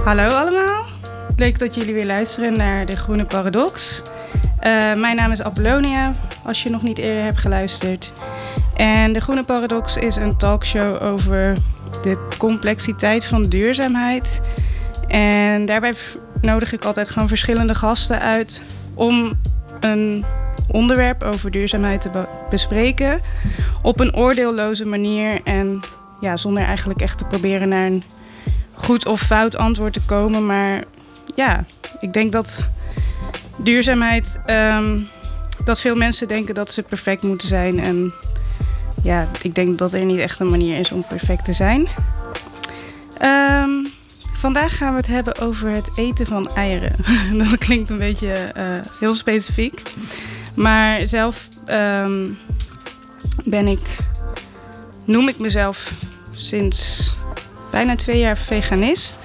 Hallo allemaal, leuk dat jullie weer luisteren naar De Groene Paradox. Mijn naam is Apollonia, als je nog niet eerder hebt geluisterd. En De Groene Paradox is een talkshow over de complexiteit van duurzaamheid. En daarbij nodig ik altijd gewoon verschillende gasten uit om een onderwerp over duurzaamheid te bespreken op een oordeelloze manier en ja, zonder eigenlijk echt te proberen naar een goed of fout antwoord te komen. Maar ja, ik denk dat duurzaamheid, dat veel mensen denken dat ze perfect moeten zijn. En ja, ik denk dat er niet echt een manier is om perfect te zijn. Vandaag gaan we het hebben over het eten van eieren. Dat klinkt een beetje heel specifiek. Maar zelf noem ik mezelf sinds bijna 2 jaar veganist.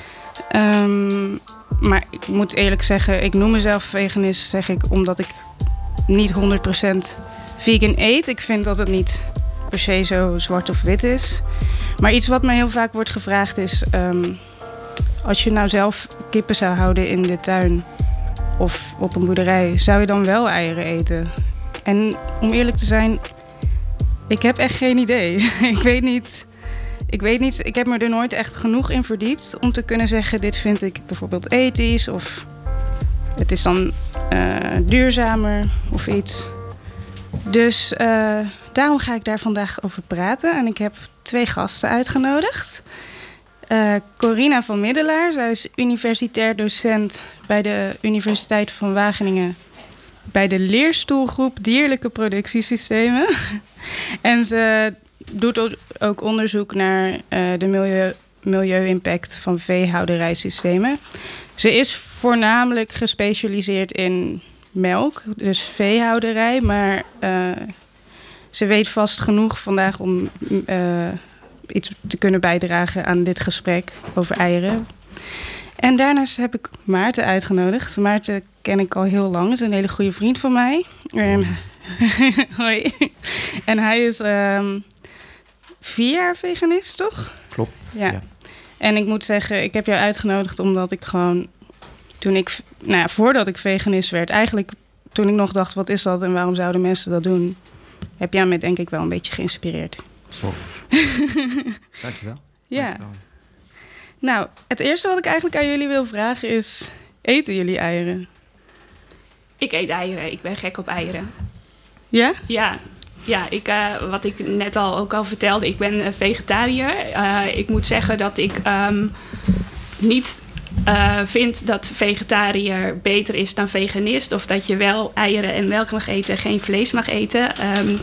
Maar ik moet eerlijk zeggen, ik noem mezelf veganist, zeg ik, omdat ik niet 100% vegan eet. Ik vind dat het niet per se zo zwart of wit is. Maar iets wat mij heel vaak wordt gevraagd is, als je nou zelf kippen zou houden in de tuin of op een boerderij, zou je dan wel eieren eten? En om eerlijk te zijn, ik heb echt geen idee. Ik weet niet, ik heb me er nooit echt genoeg in verdiept om te kunnen zeggen, dit vind ik bijvoorbeeld ethisch of het is dan duurzamer of iets. Dus daarom ga ik daar vandaag over praten. En ik heb 2 gasten uitgenodigd. Corina van Middelaar, zij is universitair docent bij de Universiteit van Wageningen bij de leerstoelgroep Dierlijke Productiesystemen. En ze doet ook onderzoek naar de milieu-impact van veehouderijsystemen. Ze is voornamelijk gespecialiseerd in melk, dus veehouderij, maar ze weet vast genoeg vandaag om iets te kunnen bijdragen aan dit gesprek over eieren. En daarnaast heb ik Maarten uitgenodigd. Maarten ken ik al heel lang, is een hele goede vriend van mij. Hoi. En hij is 4 jaar veganist, toch? Klopt, ja. En ik moet zeggen, ik heb jou uitgenodigd omdat ik gewoon, voordat ik veganist werd, eigenlijk toen ik nog dacht, wat is dat en waarom zouden mensen dat doen, heb jij me denk ik wel een beetje geïnspireerd. Oh. Dankjewel. Ja. Dankjewel. Nou, het eerste wat ik eigenlijk aan jullie wil vragen is, eten jullie eieren? Ik eet eieren. Ik ben gek op eieren. Ja? Ja, wat ik net ook al vertelde, ik ben vegetariër. Ik moet zeggen dat ik niet vind dat vegetariër beter is dan veganist. Of dat je wel eieren en melk mag eten, geen vlees mag eten.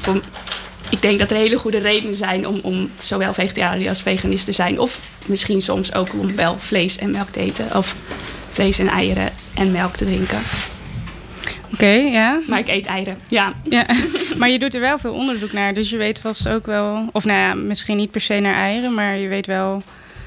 Ik denk dat er hele goede redenen zijn om zowel vegetariër als veganist te zijn. Of misschien soms ook om wel vlees en melk te eten. Of vlees en eieren en melk te drinken. Oké, ja. Maar ik eet eieren, ja. Maar je doet er wel veel onderzoek naar, dus je weet vast ook wel, of nou ja, misschien niet per se naar eieren, maar je weet wel,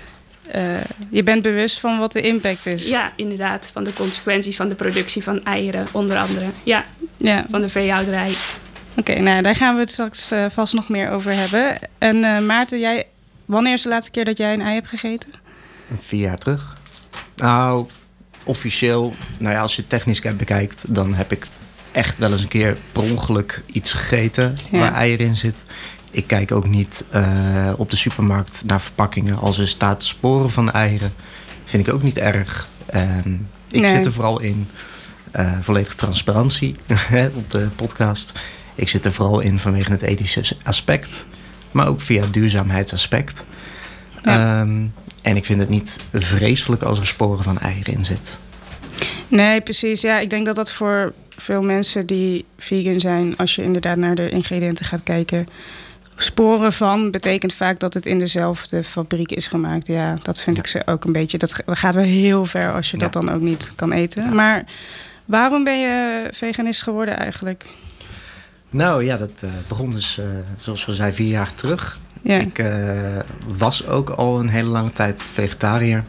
je bent bewust van wat de impact is. Ja, inderdaad, van de consequenties van de productie van eieren, onder andere. Ja. Van de veehouderij. Oké, nou daar gaan we het straks vast nog meer over hebben. En Maarten, wanneer is de laatste keer dat jij een ei hebt gegeten? 4 jaar terug. Nou, officieel, als je het technisch bekijkt, dan heb ik echt wel eens een keer per ongeluk iets gegeten waar eieren in zit. Ik kijk ook niet op de supermarkt naar verpakkingen. Als er staat sporen van eieren, vind ik ook niet erg. Ik zit er vooral in volledig transparantie op de podcast. Ik zit er vooral in vanwege het ethische aspect, maar ook via het duurzaamheidsaspect. Ja. En ik vind het niet vreselijk als er sporen van eieren in zit. Nee, precies. Ja, ik denk dat dat voor veel mensen die vegan zijn, als je inderdaad naar de ingrediënten gaat kijken, sporen van betekent vaak dat het in dezelfde fabriek is gemaakt. Ja, dat vind ik ze ook een beetje. Dat gaat wel heel ver als je dat dan ook niet kan eten. Ja. Maar waarom ben je veganist geworden eigenlijk? Nou ja, dat begon dus, zoals we zeiden, 4 jaar terug. Ja. Ik was ook al een hele lange tijd vegetariër.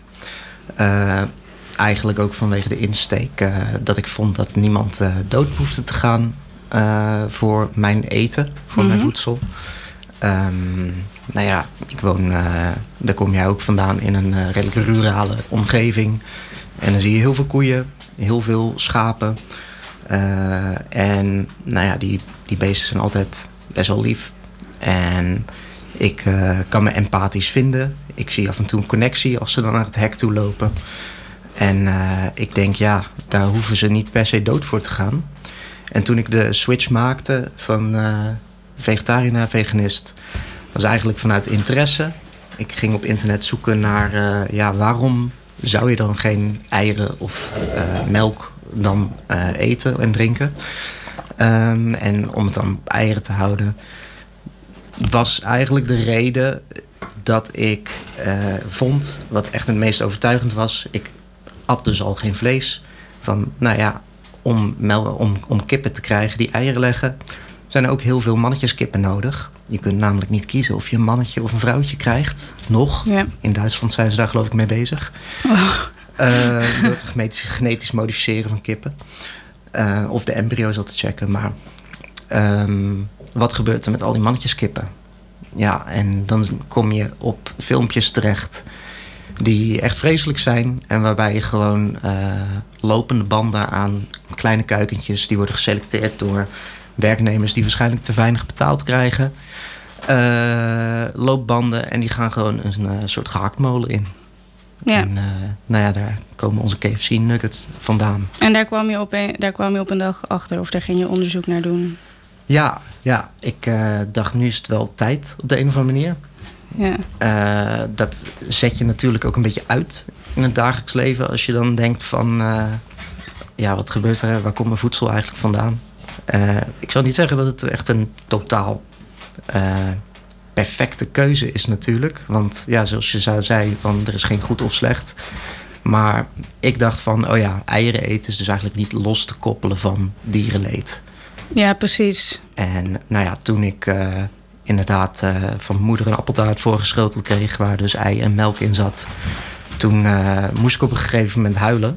Eigenlijk ook vanwege de insteek dat ik vond dat niemand dood hoefde te gaan voor mijn eten, voor mijn voedsel. nou ja, ik woon, daar kom jij ook vandaan, in een redelijk rurale omgeving. En dan zie je heel veel koeien, heel veel schapen. En nou ja, die beesten zijn altijd best wel lief. En ik kan me empathisch vinden. Ik zie af en toe een connectie als ze dan naar het hek toe lopen. En ik denk, ja, daar hoeven ze niet per se dood voor te gaan. En toen ik de switch maakte van vegetariër naar veganist, was eigenlijk vanuit interesse. Ik ging op internet zoeken naar, waarom zou je dan geen eieren of melk dan eten en drinken? En om het dan op eieren te houden, was eigenlijk de reden dat ik vond, wat echt het meest overtuigend was, ik at dus al geen vlees. Van, nou ja, om kippen te krijgen die eieren leggen, zijn er ook heel veel mannetjeskippen nodig. Je kunt namelijk niet kiezen of je een mannetje of een vrouwtje krijgt. Nog. Ja. In Duitsland zijn ze daar geloof ik mee bezig. Door het genetisch modificeren van kippen. Of de embryo's al te checken. Maar wat gebeurt er met al die mannetjeskippen? Ja, en dan kom je op filmpjes terecht die echt vreselijk zijn. En waarbij je gewoon lopende banden aan kleine kuikentjes, die worden geselecteerd door werknemers die waarschijnlijk te weinig betaald krijgen. Loopbanden en die gaan gewoon een soort gehaktmolen in. Ja. En nou ja, daar komen onze KFC nuggets vandaan. En daar kwam je op een dag achter, of daar ging je onderzoek naar doen? Ja, ik dacht, nu is het wel tijd op de een of andere manier. Ja. Dat zet je natuurlijk ook een beetje uit in het dagelijks leven. Als je dan denkt van, wat gebeurt er? Waar komt mijn voedsel eigenlijk vandaan? Ik zal niet zeggen dat het echt een totaal perfecte keuze is natuurlijk. Want ja, zoals je zei, van er is geen goed of slecht. Maar ik dacht van, eieren eten is dus eigenlijk niet los te koppelen van dierenleed. Ja, precies. En nou ja, toen ik inderdaad van mijn moeder een appeltaart voorgeschoteld kreeg, waar dus ei en melk in zat, toen moest ik op een gegeven moment huilen.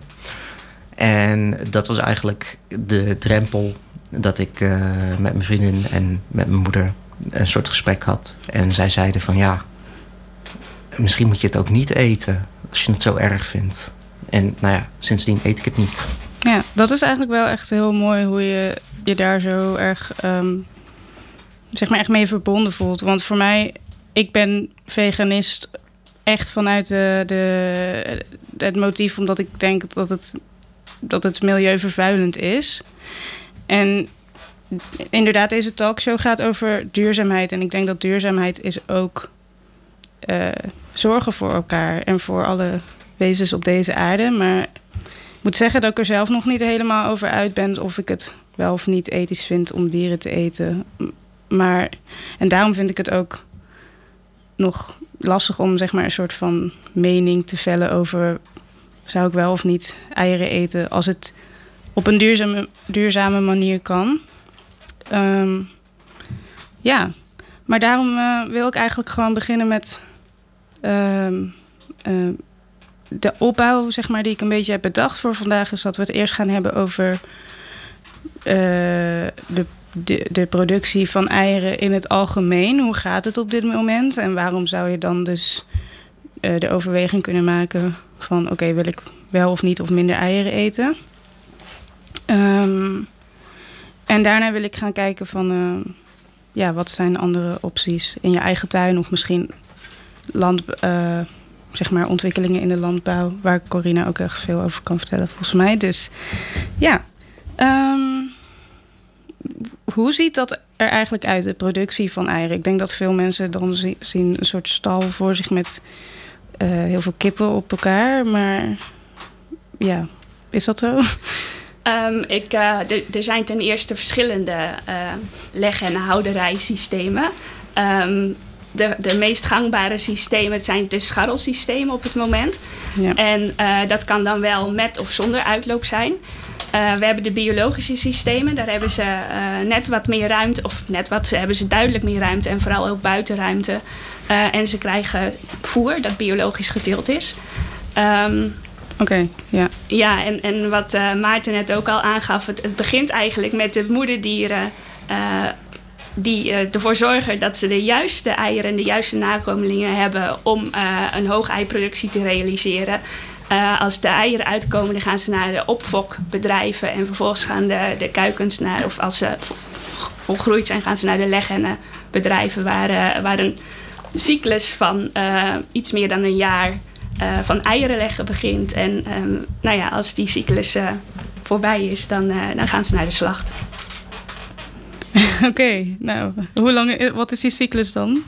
En dat was eigenlijk de drempel dat ik met mijn vriendin en met mijn moeder een soort gesprek had. En zij zeiden van, ja, misschien moet je het ook niet eten als je het zo erg vindt. En nou ja, sindsdien eet ik het niet. Ja, dat is eigenlijk wel echt heel mooi hoe je daar zo erg, zeg maar echt mee verbonden voelt. Want voor mij, ik ben veganist echt vanuit het motief omdat ik denk dat het milieuvervuilend is. En inderdaad, deze talkshow gaat over duurzaamheid. En ik denk dat duurzaamheid is ook zorgen voor elkaar en voor alle wezens op deze aarde. Maar ik moet zeggen dat ik er zelf nog niet helemaal over uit ben of ik het wel of niet ethisch vind om dieren te eten. En daarom vind ik het ook nog lastig om zeg maar een soort van mening te vellen over, zou ik wel of niet eieren eten als het op een duurzame manier kan. Maar daarom wil ik eigenlijk gewoon beginnen met de opbouw, zeg maar, die ik een beetje heb bedacht voor vandaag, is dat we het eerst gaan hebben over de productie van eieren in het algemeen. Hoe gaat het op dit moment? En waarom zou je dan dus de overweging kunnen maken van, oké, wil ik wel of niet of minder eieren eten? En daarna wil ik gaan kijken van, wat zijn andere opties in je eigen tuin of misschien zeg maar ontwikkelingen in de landbouw, waar Corina ook echt veel over kan vertellen volgens mij. Dus ja, hoe ziet dat er eigenlijk uit, de productie van eieren? Ik denk dat veel mensen dan zien een soort stal voor zich met heel veel kippen op elkaar, maar ja, is dat zo? Er zijn ten eerste verschillende leg- en houderijsystemen. De meest gangbare systemen zijn de scharrelsystemen op het moment. Ja. En dat kan dan wel met of zonder uitloop zijn. We hebben de biologische systemen. Daar hebben ze net wat meer ruimte. Hebben ze duidelijk meer ruimte en vooral ook buitenruimte. En ze krijgen voer dat biologisch geteeld is. Oké, ja. Ja, en wat Maarten net ook al aangaf, het begint eigenlijk met de moederdieren die ervoor zorgen dat ze de juiste eieren en de juiste nakomelingen hebben om een hoge eiproductie te realiseren. Als de eieren uitkomen, dan gaan ze naar de opfokbedrijven en vervolgens gaan de kuikens naar, of als ze volgroeid zijn, gaan ze naar de leghennenbedrijven waar een cyclus van iets meer dan een jaar van eieren leggen begint. En als die cyclus voorbij is, dan gaan ze naar de slacht. Oké, nou, wat is die cyclus dan?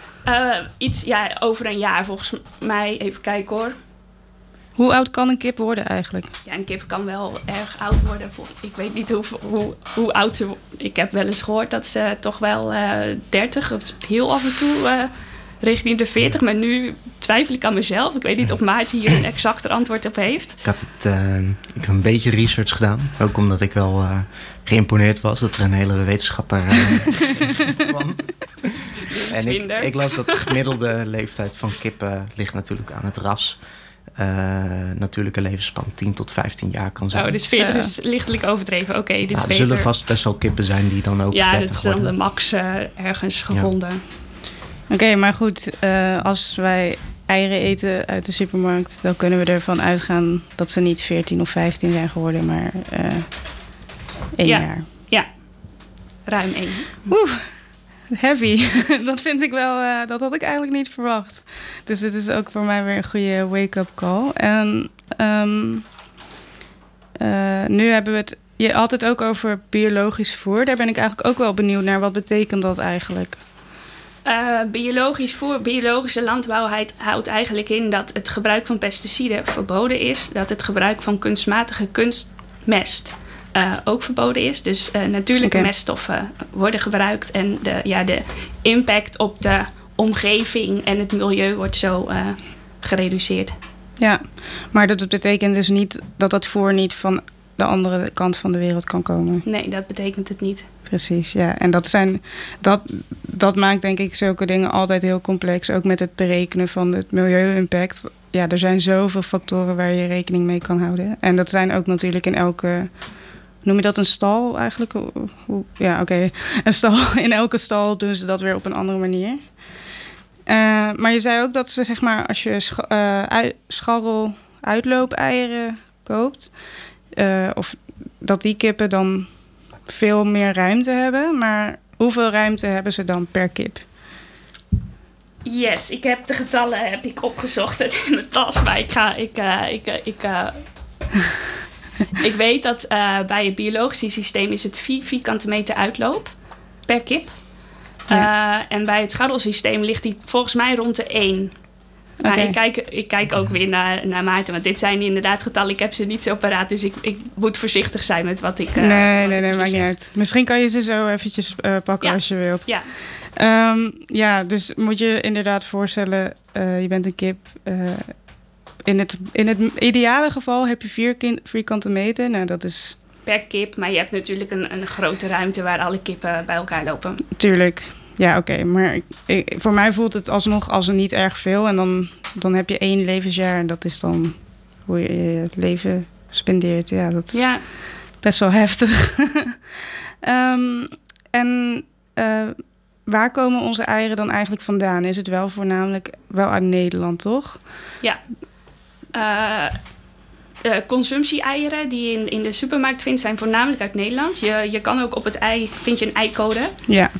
Over een jaar volgens mij. Even kijken hoor. Hoe oud kan een kip worden eigenlijk? Ja, een kip kan wel erg oud worden. Ik weet niet hoe oud ze... Ik heb wel eens gehoord dat ze toch wel 30... of heel af en toe richting de 40. Maar nu twijfel ik aan mezelf. Ik weet niet of Maarten hier een exacter antwoord op heeft. Ik had een beetje research gedaan. Ook omdat ik wel geïmponeerd was dat er een hele wetenschapper kwam. En ik las dat de gemiddelde leeftijd van kippen ligt natuurlijk aan het ras. Natuurlijke levensspan 10 tot 15 jaar kan zijn. Dus 40 is lichtelijk overdreven. Oké, dit is beter. Er zullen vast best wel kippen zijn die dan ook 30 worden. Ja, dat is dan de max ergens gevonden. Ja. Oké, maar goed. Als wij eieren eten uit de supermarkt, dan kunnen we ervan uitgaan dat ze niet 14 of 15 zijn geworden, maar 1 jaar. Ja, ruim 1. Oeh. Heavy. Dat vind ik wel, dat had ik eigenlijk niet verwacht. Dus dit is ook voor mij weer een goede wake-up call. En nu hebben we het altijd ook over biologisch voer. Daar ben ik eigenlijk ook wel benieuwd naar. Wat betekent dat eigenlijk? Biologisch voer, biologische landbouw houdt eigenlijk in dat het gebruik van pesticiden verboden is. Dat het gebruik van kunstmatige kunstmest ook verboden is. Dus natuurlijke meststoffen worden gebruikt. En de impact op de omgeving en het milieu wordt zo gereduceerd. Ja, maar dat betekent dus niet dat dat voer niet van de andere kant van de wereld kan komen. Nee, dat betekent het niet. Precies, ja. En dat maakt denk ik zulke dingen altijd heel complex. Ook met het berekenen van het milieu-impact. Ja, er zijn zoveel factoren waar je rekening mee kan houden. En dat zijn ook natuurlijk in elke... Noem je dat een stal eigenlijk? Ja, oké. Een stal. In elke stal doen ze dat weer op een andere manier. Maar je zei ook dat ze, zeg maar, als je scharrel uitloopeieren koopt... of dat die kippen dan veel meer ruimte hebben. Maar hoeveel ruimte hebben ze dan per kip? Yes, ik heb de getallen opgezocht in mijn tas. Maar ik weet dat bij het biologische systeem is het 4 vierkante meter uitloop per kip. Ja. En bij het scharrelsysteem ligt die volgens mij rond de 1. Okay. Ik kijk ook weer naar Maarten, want dit zijn inderdaad getallen. Ik heb ze niet zo paraat, dus ik moet voorzichtig zijn met wat ik... Nee, maakt niet uit. Misschien kan je ze zo eventjes pakken als je wilt. Ja. Dus moet je inderdaad voorstellen, je bent een kip... In het ideale geval heb je 4 vierkante meter. Nou, dat is... Per kip, maar je hebt natuurlijk een grote ruimte waar alle kippen bij elkaar lopen. Tuurlijk. Ja, oké. Maar voor mij voelt het alsnog als niet erg veel. En dan heb je 1 levensjaar en dat is dan hoe je het leven spendeert. Ja, dat is best wel heftig. Waar komen onze eieren dan eigenlijk vandaan? Is het wel voornamelijk wel uit Nederland, toch? Ja. Consumptie-eieren die je in de supermarkt vindt, zijn voornamelijk uit Nederland. Je kan ook op het ei, vind je een eicode. Ja.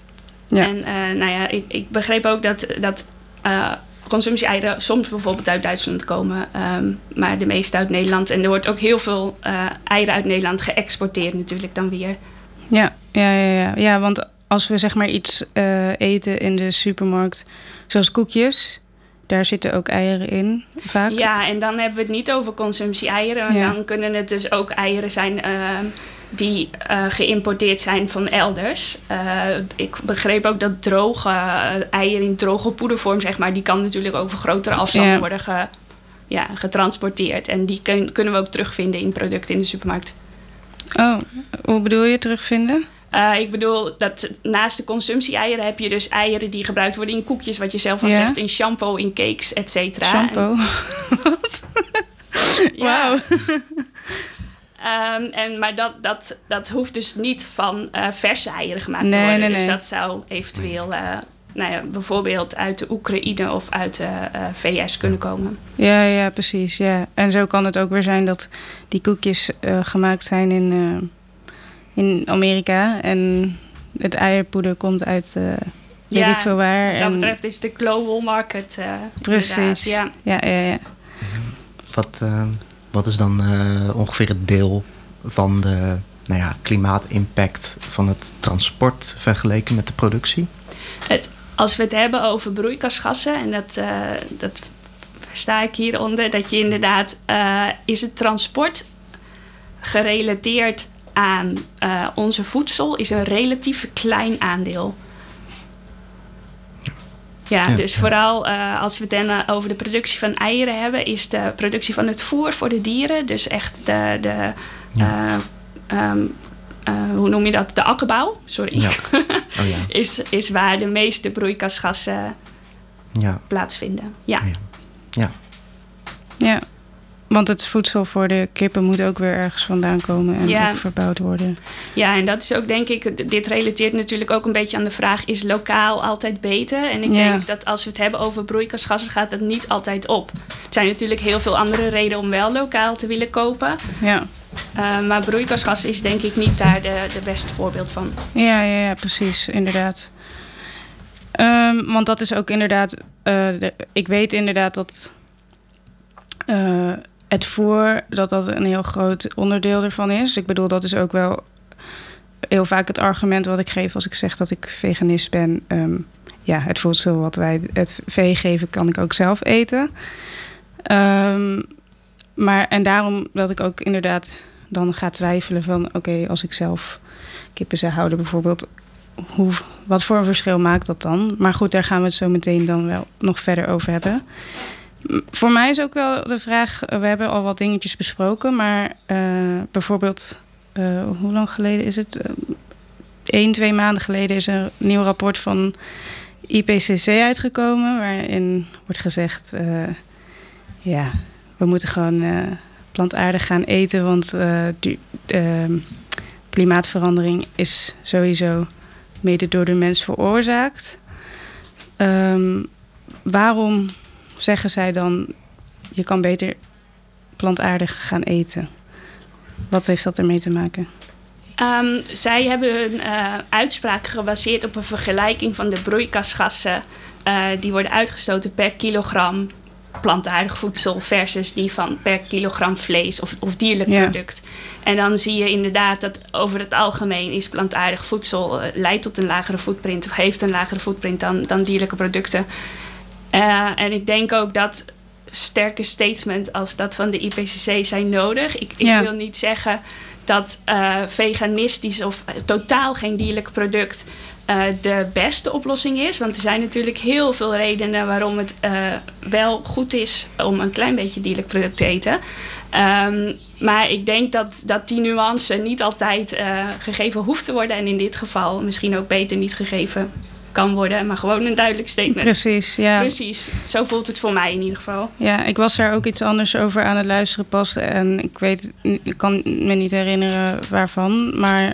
En ik begreep ook dat consumptie-eieren soms bijvoorbeeld uit Duitsland komen, maar de meeste uit Nederland. En er wordt ook heel veel eieren uit Nederland geëxporteerd natuurlijk dan weer. Ja, want als we zeg maar iets eten in de supermarkt, zoals koekjes... Daar zitten ook eieren in, vaak. Ja, en dan hebben we het niet over consumptie-eieren. Ja. Dan kunnen het dus ook eieren zijn die geïmporteerd zijn van elders. Ik begreep ook dat droge eieren in droge poedervorm, zeg maar... die kan natuurlijk over grotere afstanden worden getransporteerd. En die kunnen we ook terugvinden in producten in de supermarkt. Oh, hoe bedoel je terugvinden? Ik bedoel dat naast de consumptie-eieren heb je dus eieren die gebruikt worden in koekjes, wat je zelf al zegt, in shampoo, in cakes, et cetera. Shampoo? Wat? Wauw. Maar dat hoeft dus niet van verse eieren gemaakt te worden. Dus dat zou eventueel bijvoorbeeld uit de Oekraïne of uit de VS kunnen komen. Ja, precies. Ja. En zo kan het ook weer zijn dat die koekjes gemaakt zijn in Amerika. En het eierpoeder komt uit weet ik veel waar. Wat dat betreft is de global market. Precies. Ja. Wat is dan ongeveer het deel van de klimaatimpact van het transport vergeleken met de productie? Als we het hebben over broeikasgassen, en dat versta ik hieronder, dat je inderdaad is het transport gerelateerd aan onze voedsel, is een relatief klein aandeel. Ja, dus vooral als we het dan over de productie van eieren hebben, is de productie van het voer voor de dieren, dus echt hoe noem je dat? De akkerbouw, sorry. Ja. is waar de meeste broeikasgassen plaatsvinden. Ja, want het voedsel voor de kippen moet ook weer ergens vandaan komen en ook verbouwd worden. Ja, en dat is ook, denk ik, dit relateert natuurlijk ook een beetje aan de vraag, is lokaal altijd beter? En ik denk dat als we het hebben over broeikasgassen, gaat het niet altijd op. Er zijn natuurlijk heel veel andere redenen om wel lokaal te willen kopen. Ja. Maar broeikasgas is denk ik niet daar de beste voorbeeld van. Ja, precies, inderdaad. Want dat is ook inderdaad... ik weet inderdaad dat het voer, dat een heel groot onderdeel ervan is. Ik bedoel, dat is ook wel heel vaak het argument wat ik geef als ik zeg dat ik veganist ben. Het voedsel wat wij het vee geven, kan ik ook zelf eten. En daarom dat ik ook inderdaad dan ga twijfelen van... oké, als ik zelf kippen zou houden bijvoorbeeld... wat voor een verschil maakt dat dan? Maar goed, daar gaan we het zo meteen dan wel nog verder over hebben. Voor mij is ook wel de vraag... we hebben al wat dingetjes besproken... maar bijvoorbeeld... hoe lang geleden is het? 1-2 maanden geleden is er een nieuw rapport van IPCC uitgekomen... waarin wordt gezegd... we moeten gewoon plantaardig gaan eten... want klimaatverandering is sowieso mede door de mens veroorzaakt. Waarom zeggen zij dan... je kan beter plantaardig gaan eten? Wat heeft dat ermee te maken? Zij hebben hun uitspraak gebaseerd op een vergelijking van de broeikasgassen... die worden uitgestoten per kilogram plantaardig voedsel versus die van per kilogram vlees of dierlijk product. En dan zie je inderdaad dat over het algemeen is plantaardig voedsel leidt tot een lagere footprint of heeft een lagere footprint dan dierlijke producten. En ik denk ook dat sterke statements als dat van de IPCC zijn nodig. Ik wil niet zeggen dat veganistisch of totaal geen dierlijk product de beste oplossing is. Want er zijn natuurlijk heel veel redenen waarom het wel goed is om een klein beetje dierlijk product te eten. Maar ik denk dat die nuance niet altijd gegeven hoeft te worden. En in dit geval misschien ook beter niet gegeven kan worden. Maar gewoon een duidelijk statement. Precies, ja. Precies, zo voelt het voor mij in ieder geval. Ja, ik was daar ook iets anders over aan het luisteren pas. En ik kan me niet herinneren waarvan. Maar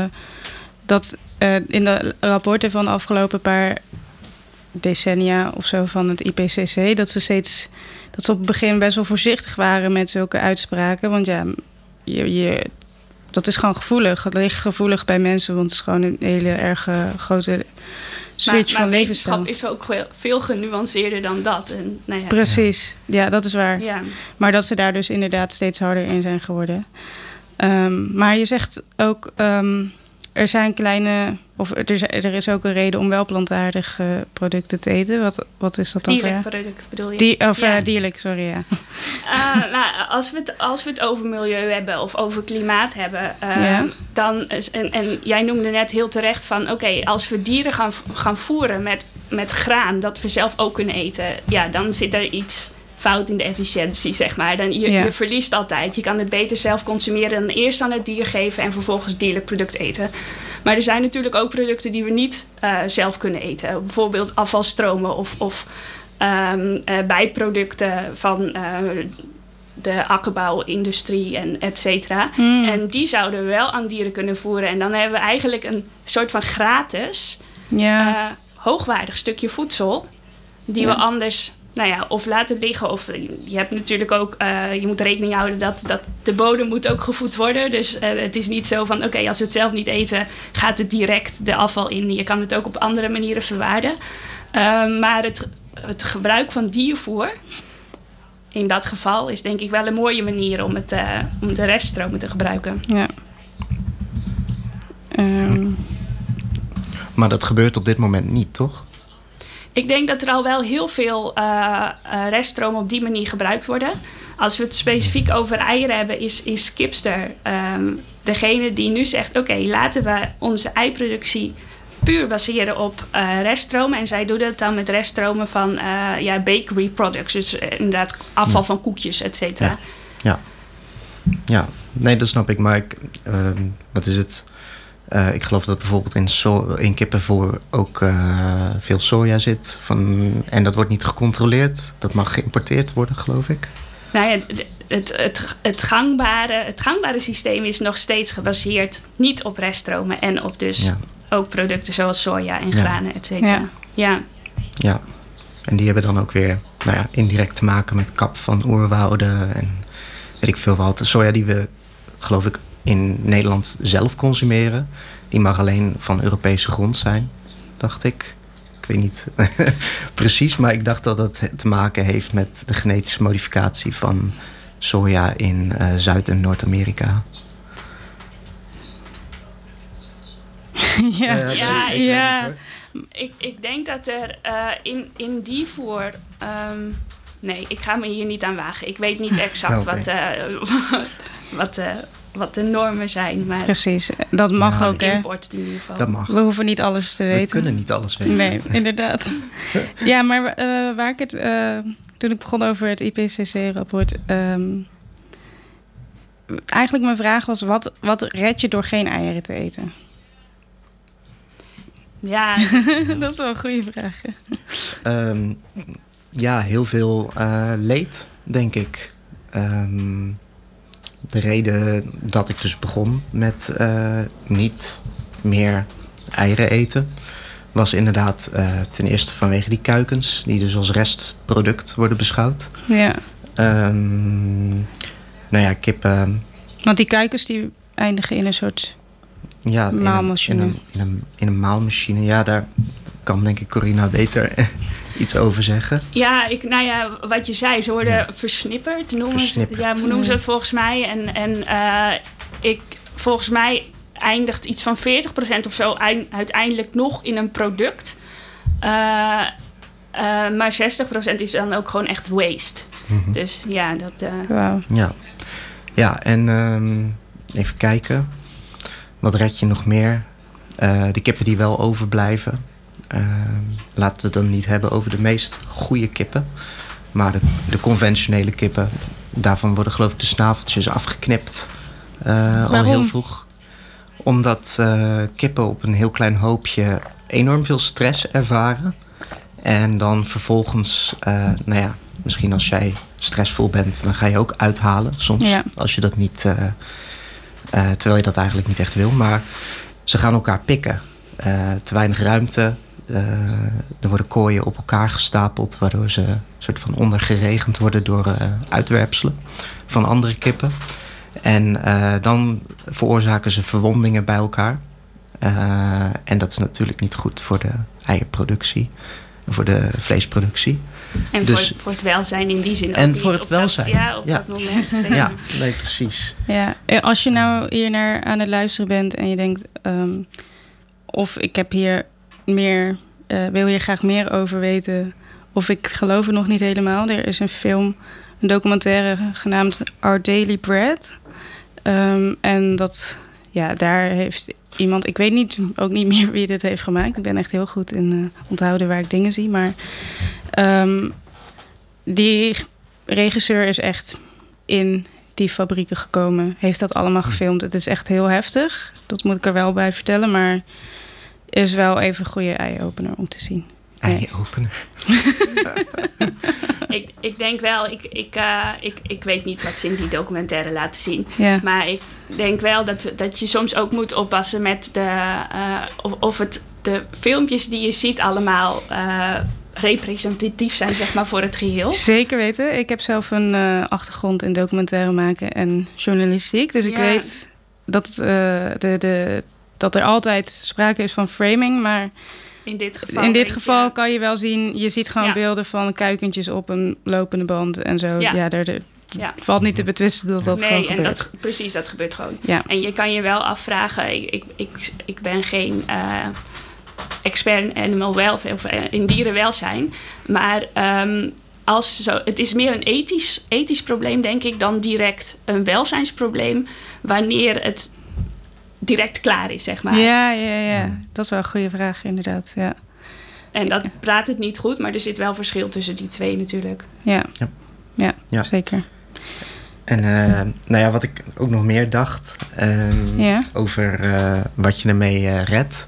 dat in de rapporten van de afgelopen paar decennia of zo van het IPCC... dat ze op het begin best wel voorzichtig waren met zulke uitspraken. Want ja, dat is gewoon gevoelig. Het ligt gevoelig bij mensen, want het is gewoon een hele erg grote switch van levensstijl. Maar wetenschap is ook veel genuanceerder dan dat. En, Precies, ja, dat is waar. Ja. Maar dat ze daar dus inderdaad steeds harder in zijn geworden. Maar je zegt ook... er zijn er is ook een reden om wel plantaardige producten te eten. Wat is dat dan? Dierlijk product bedoel je? Dierlijk, sorry, ja. Als we het over milieu hebben of over klimaat hebben... dan en jij noemde net heel terecht van... oké, als we dieren gaan voeren met graan... dat we zelf ook kunnen eten... ja, dan zit er iets fout in de efficiëntie, zeg maar. Je verliest altijd. Je kan het beter zelf consumeren dan eerst aan het dier geven... en vervolgens dierlijk product eten. Maar er zijn natuurlijk ook producten die we niet zelf kunnen eten. Bijvoorbeeld afvalstromen of bijproducten van de akkerbouwindustrie en et cetera. En die zouden we wel aan dieren kunnen voeren. En dan hebben we eigenlijk een soort van gratis, hoogwaardig stukje voedsel, die we anders of laten liggen. Of je hebt natuurlijk ook, je moet rekening houden dat de bodem moet ook gevoed worden. Dus het is niet zo van, oké, als we het zelf niet eten, gaat het direct de afval in. Je kan het ook op andere manieren verwaarden. Maar het gebruik van diervoer, in dat geval, is denk ik wel een mooie manier om de reststromen te gebruiken. Ja. Maar dat gebeurt op dit moment niet, toch? Ik denk dat er al wel heel veel reststromen op die manier gebruikt worden. Als we het specifiek over eieren hebben, is Kipster degene die nu zegt, oké, laten we onze eiproductie puur baseren op reststromen. En zij doen dat dan met reststromen van bakery products. Dus inderdaad afval van koekjes, et cetera. Ja, nee, dat snap ik. Maar wat is het? Ik geloof dat bijvoorbeeld in kippenvoer ook veel soja zit. En dat wordt niet gecontroleerd. Dat mag geïmporteerd worden, geloof ik. Nou ja, het gangbare systeem is nog steeds gebaseerd niet op reststromen en op dus ook producten zoals soja en granen, et cetera. Ja, en die hebben dan ook weer indirect te maken met kap van oerwouden en weet ik veel wat. De soja die we, geloof ik, in Nederland zelf consumeren, die mag alleen van Europese grond zijn, dacht ik. Ik weet niet precies, maar ik dacht dat het te maken heeft met de genetische modificatie van soja in Zuid- en Noord-Amerika. Ik denk dat er in die voer... nee, ik ga me hier niet aan wagen. Ik weet niet exact wat de normen zijn. Maar precies, dat mag ook, hè? Import in ieder geval. Dat mag. We hoeven niet alles te weten. We kunnen niet alles weten. Nee, inderdaad. Ja, maar waar ik het... toen ik begon over het IPCC-rapport... eigenlijk mijn vraag was... Wat red je door geen eieren te eten? Ja. Dat is wel een goede vraag. Heel veel leed, denk ik. De reden dat ik dus begon met niet meer eieren eten... was inderdaad ten eerste vanwege die kuikens... die dus als restproduct worden beschouwd. Ja. Kippen... Want die kuikens die eindigen in een soort... maalmachine. In een maalmachine. Ja, daar kan denk ik Corina beter iets over zeggen. Ja, wat je zei, ze worden versnipperd. Hoe noemen ze dat volgens mij? En volgens mij eindigt iets van 40% of zo uiteindelijk nog in een product. Maar 60% is dan ook gewoon echt waste. Mm-hmm. Dus ja, dat... Wow. Ja, en even kijken... Wat red je nog meer? De kippen die wel overblijven. Laten we het dan niet hebben over de meest goede kippen. Maar de conventionele kippen. Daarvan worden geloof ik de snaveltjes afgeknipt. Al heel vroeg. Omdat kippen op een heel klein hoopje enorm veel stress ervaren. En dan vervolgens, misschien als jij stressvol bent... dan ga je ook uithalen soms. Ja. Als je dat niet... terwijl je dat eigenlijk niet echt wil. Maar ze gaan elkaar pikken. Te weinig ruimte. Er worden kooien op elkaar gestapeld... waardoor ze een soort van ondergeregend worden... door uitwerpselen van andere kippen. En dan veroorzaken ze verwondingen bij elkaar. En dat is natuurlijk niet goed voor de eierproductie. Voor de vleesproductie. En dus, voor het welzijn in die zin. En voor het welzijn. Op dat moment. Zeker. Ja, nee, precies. Ja, als je nou hier naar aan het luisteren bent en je denkt... of ik heb hier meer... wil hier graag meer over weten... of ik geloof het nog niet helemaal. Er is een documentaire genaamd Our Daily Bread. En dat... Ja, daar heeft iemand... Ik weet ook niet meer wie dit heeft gemaakt. Ik ben echt heel goed in onthouden waar ik dingen zie. Maar die regisseur is echt in die fabrieken gekomen. Heeft dat allemaal gefilmd. Het is echt heel heftig. Dat moet ik er wel bij vertellen. Maar is wel even een goede eye-opener om te zien. Ei-opener. Ik denk wel, ik weet niet wat ze in die documentaire laten zien. Ja. Maar ik denk wel dat je soms ook moet oppassen met de filmpjes die je ziet allemaal representatief zijn, zeg maar, voor het geheel. Zeker weten. Ik heb zelf een achtergrond in documentaire maken en journalistiek. Dus ik weet dat, dat er altijd sprake is van framing, maar in dit geval kan je wel zien, je ziet gewoon beelden van kuikentjes op een lopende band en zo. Ja, valt niet te betwisten dat gewoon gebeurt. Precies, dat gebeurt gewoon. Ja. En je kan je wel afvragen, ik ben geen expert in animal welfare of in dierenwelzijn, maar het is meer een ethisch probleem, denk ik, dan direct een welzijnsprobleem, wanneer het direct klaar is, zeg maar. Ja. Dat is wel een goede vraag, inderdaad. Ja. En dat praat het niet goed, maar er zit wel verschil tussen die twee natuurlijk. Ja, zeker. En wat ik ook nog meer dacht over wat je ermee redt.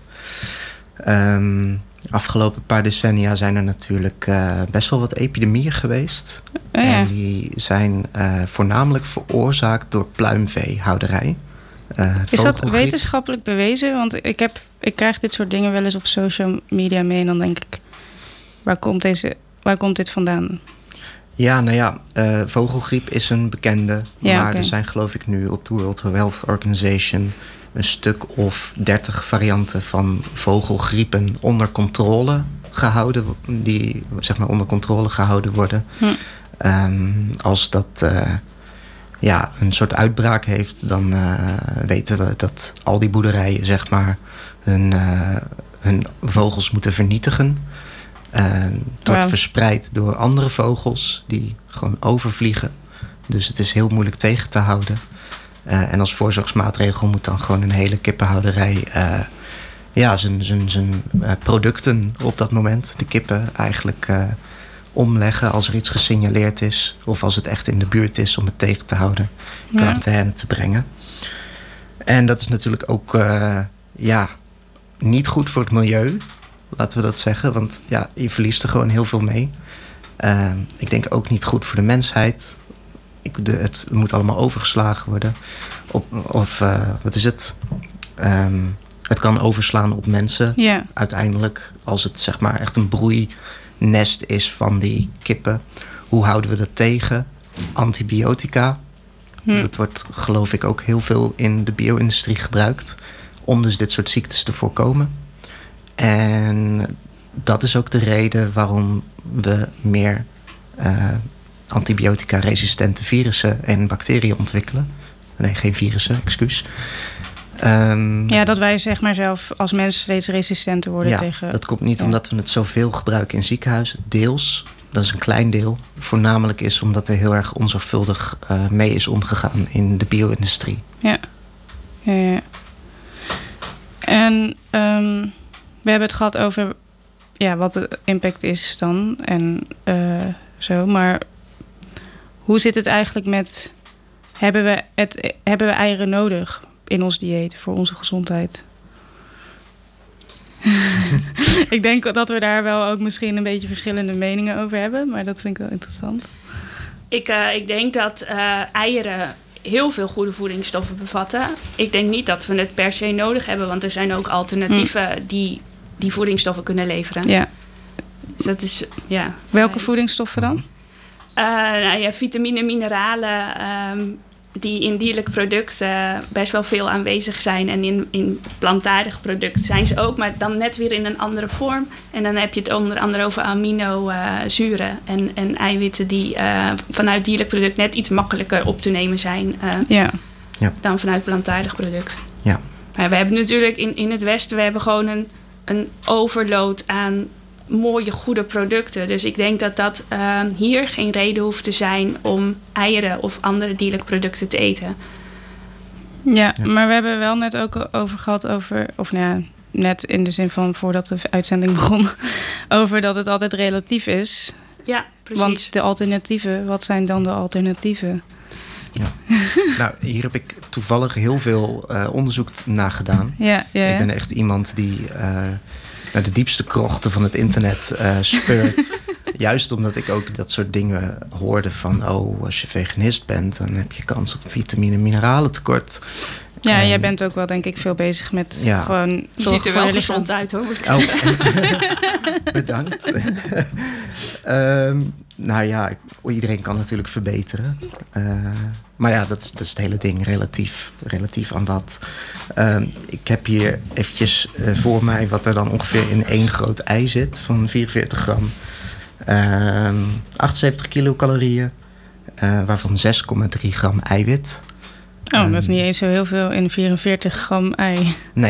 Afgelopen paar decennia zijn er natuurlijk best wel wat epidemieën geweest. En die zijn voornamelijk veroorzaakt door pluimveehouderij. Is dat wetenschappelijk bewezen? Want ik krijg dit soort dingen wel eens op social media mee en dan denk ik, waar komt dit vandaan? Ja, vogelgriep is een bekende. Maar er zijn, geloof ik, nu op de World Health Organization een stuk of 30 varianten van vogelgriepen onder controle gehouden, die zeg maar onder controle gehouden worden. Als dat een soort uitbraak heeft, dan weten we dat al die boerderijen, zeg maar, hun vogels moeten vernietigen. Het wordt verspreid door andere vogels die gewoon overvliegen. Dus het is heel moeilijk tegen te houden. En als voorzorgsmaatregel moet dan gewoon een hele kippenhouderij zijn producten op dat moment, de kippen, eigenlijk omleggen als er iets gesignaleerd is. Of als het echt in de buurt is om het tegen te houden, quarantaine te brengen. En dat is natuurlijk ook niet goed voor het milieu, laten we dat zeggen. Want je verliest er gewoon heel veel mee. Ik denk ook niet goed voor de mensheid. Het moet allemaal overgeslagen worden. Wat is het? Het kan overslaan op mensen. Yeah. Uiteindelijk, als het zeg maar echt een broeinest is van die kippen. Hoe houden we dat tegen? Antibiotica. Dat wordt, geloof ik, ook heel veel in de bio-industrie gebruikt. Om dus dit soort ziektes te voorkomen. En dat is ook de reden waarom we meer antibiotica-resistente virussen en bacteriën ontwikkelen. Nee, geen virussen, excuus. Dat wij zeg maar zelf als mensen steeds resistenter worden tegen. Dat komt niet omdat we het zoveel gebruiken in ziekenhuizen. Deels, dat is een klein deel. Voornamelijk is omdat er heel erg onzorgvuldig mee is omgegaan in de bio-industrie. Ja. En we hebben het gehad over wat de impact is dan en zo. Maar hoe zit het eigenlijk met, hebben we eieren nodig in ons dieet voor onze gezondheid? Ik denk dat we daar wel ook misschien een beetje verschillende meningen over hebben, maar dat vind ik wel interessant. Ik denk dat eieren heel veel goede voedingsstoffen bevatten. Ik denk niet dat we het per se nodig hebben, want er zijn ook alternatieven die voedingsstoffen kunnen leveren. Ja. Dus dat is, Welke voedingsstoffen dan? Vitamine, mineralen die in dierlijk product best wel veel aanwezig zijn. En in plantaardig product zijn ze ook, maar dan net weer in een andere vorm. En dan heb je het onder andere over aminozuren en eiwitten die vanuit dierlijk product net iets makkelijker op te nemen zijn dan vanuit plantaardig product. Ja. Maar we hebben natuurlijk in het Westen, we hebben gewoon een overload aan mooie, goede producten. Dus ik denk dat hier geen reden hoeft te zijn om eieren of andere dierlijke producten te eten. Ja, maar we hebben wel net ook over gehad net in de zin van voordat de uitzending begon, over dat het altijd relatief is. Ja, precies. Want de alternatieven, wat zijn dan de alternatieven? Ja. Nou, hier heb ik toevallig heel veel onderzoek naar gedaan. Ja. Ik ben echt iemand die naar de diepste krochten van het internet speurt. Juist omdat ik ook dat soort dingen hoorde van... als je veganist bent, dan heb je kans op vitamine- en mineralentekort. Ja, jij bent ook wel, denk ik, veel bezig met gewoon... Je ziet er wel gezond uit, hoor. Bedankt. Nou ja, iedereen kan natuurlijk verbeteren. Maar ja, dat is het hele ding, relatief aan wat. Ik heb hier eventjes voor mij wat er dan ongeveer in 1 groot ei zit van 44 gram. 78 kilocalorieën, waarvan 6,3 gram eiwit. Dat is niet eens zo heel veel in 44 gram ei. Nee.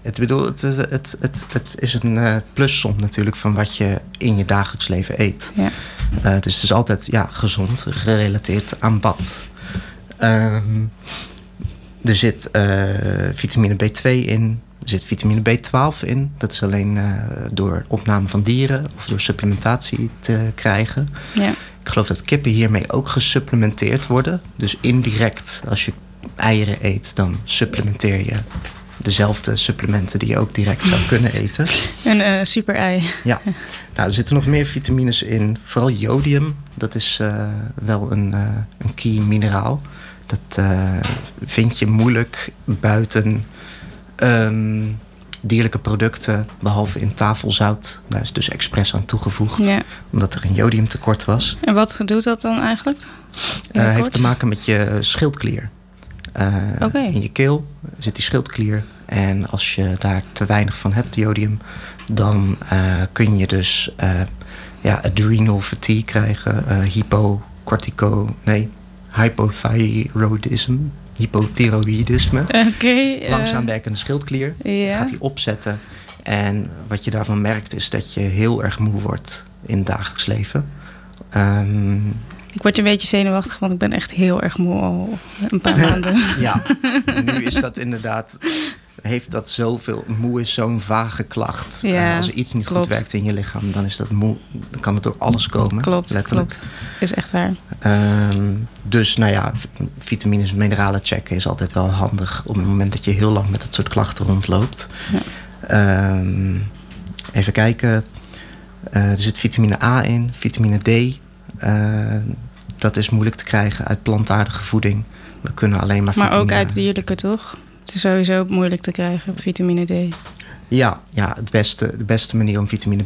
Het is een plussom natuurlijk van wat je in je dagelijks leven eet. Ja. Dus het is altijd gezond, gerelateerd aan bad. Er zit vitamine B2 in. Er zit vitamine B12 in. Dat is alleen door opname van dieren of door supplementatie te krijgen. Ja. Ik geloof dat kippen hiermee ook gesupplementeerd worden. Dus indirect, als je eieren eet, dan supplementeer je dezelfde supplementen die je ook direct zou kunnen eten. Een super ei. Ja, nou, er zitten nog meer vitamines in. Vooral jodium, dat is wel een key mineraal. Dat vind je moeilijk buiten dierlijke producten, behalve in tafelzout. Daar is dus expres aan toegevoegd, omdat er een jodiumtekort was. En wat doet dat dan eigenlijk? Heeft te maken met je schildklier. In je keel zit die schildklier. En als je daar te weinig van hebt, jodium, dan kun je dus adrenal fatigue krijgen. Hypothyroidisme. Langzaam werkende schildklier. Gaat die opzetten. En wat je daarvan merkt is dat je heel erg moe wordt in het dagelijks leven. Ik word een beetje zenuwachtig, want ik ben echt heel erg moe al een paar maanden. Ja, nu is dat inderdaad... Heeft dat zoveel... Moe is zo'n vage klacht. Als er iets niet goed werkt in je lichaam, dan is dat moe. Dan kan het door alles komen. Klopt. Is echt waar. Dus vitamines en mineralen checken is altijd wel handig op het moment dat je heel lang met dat soort klachten rondloopt. Ja. Even kijken. Er zit vitamine A in, vitamine D. Dat is moeilijk te krijgen uit plantaardige voeding. We kunnen alleen maar vitamine... Maar ook uit dierlijke, toch? Het is sowieso moeilijk te krijgen, vitamine D. Ja, de beste manier om vitamine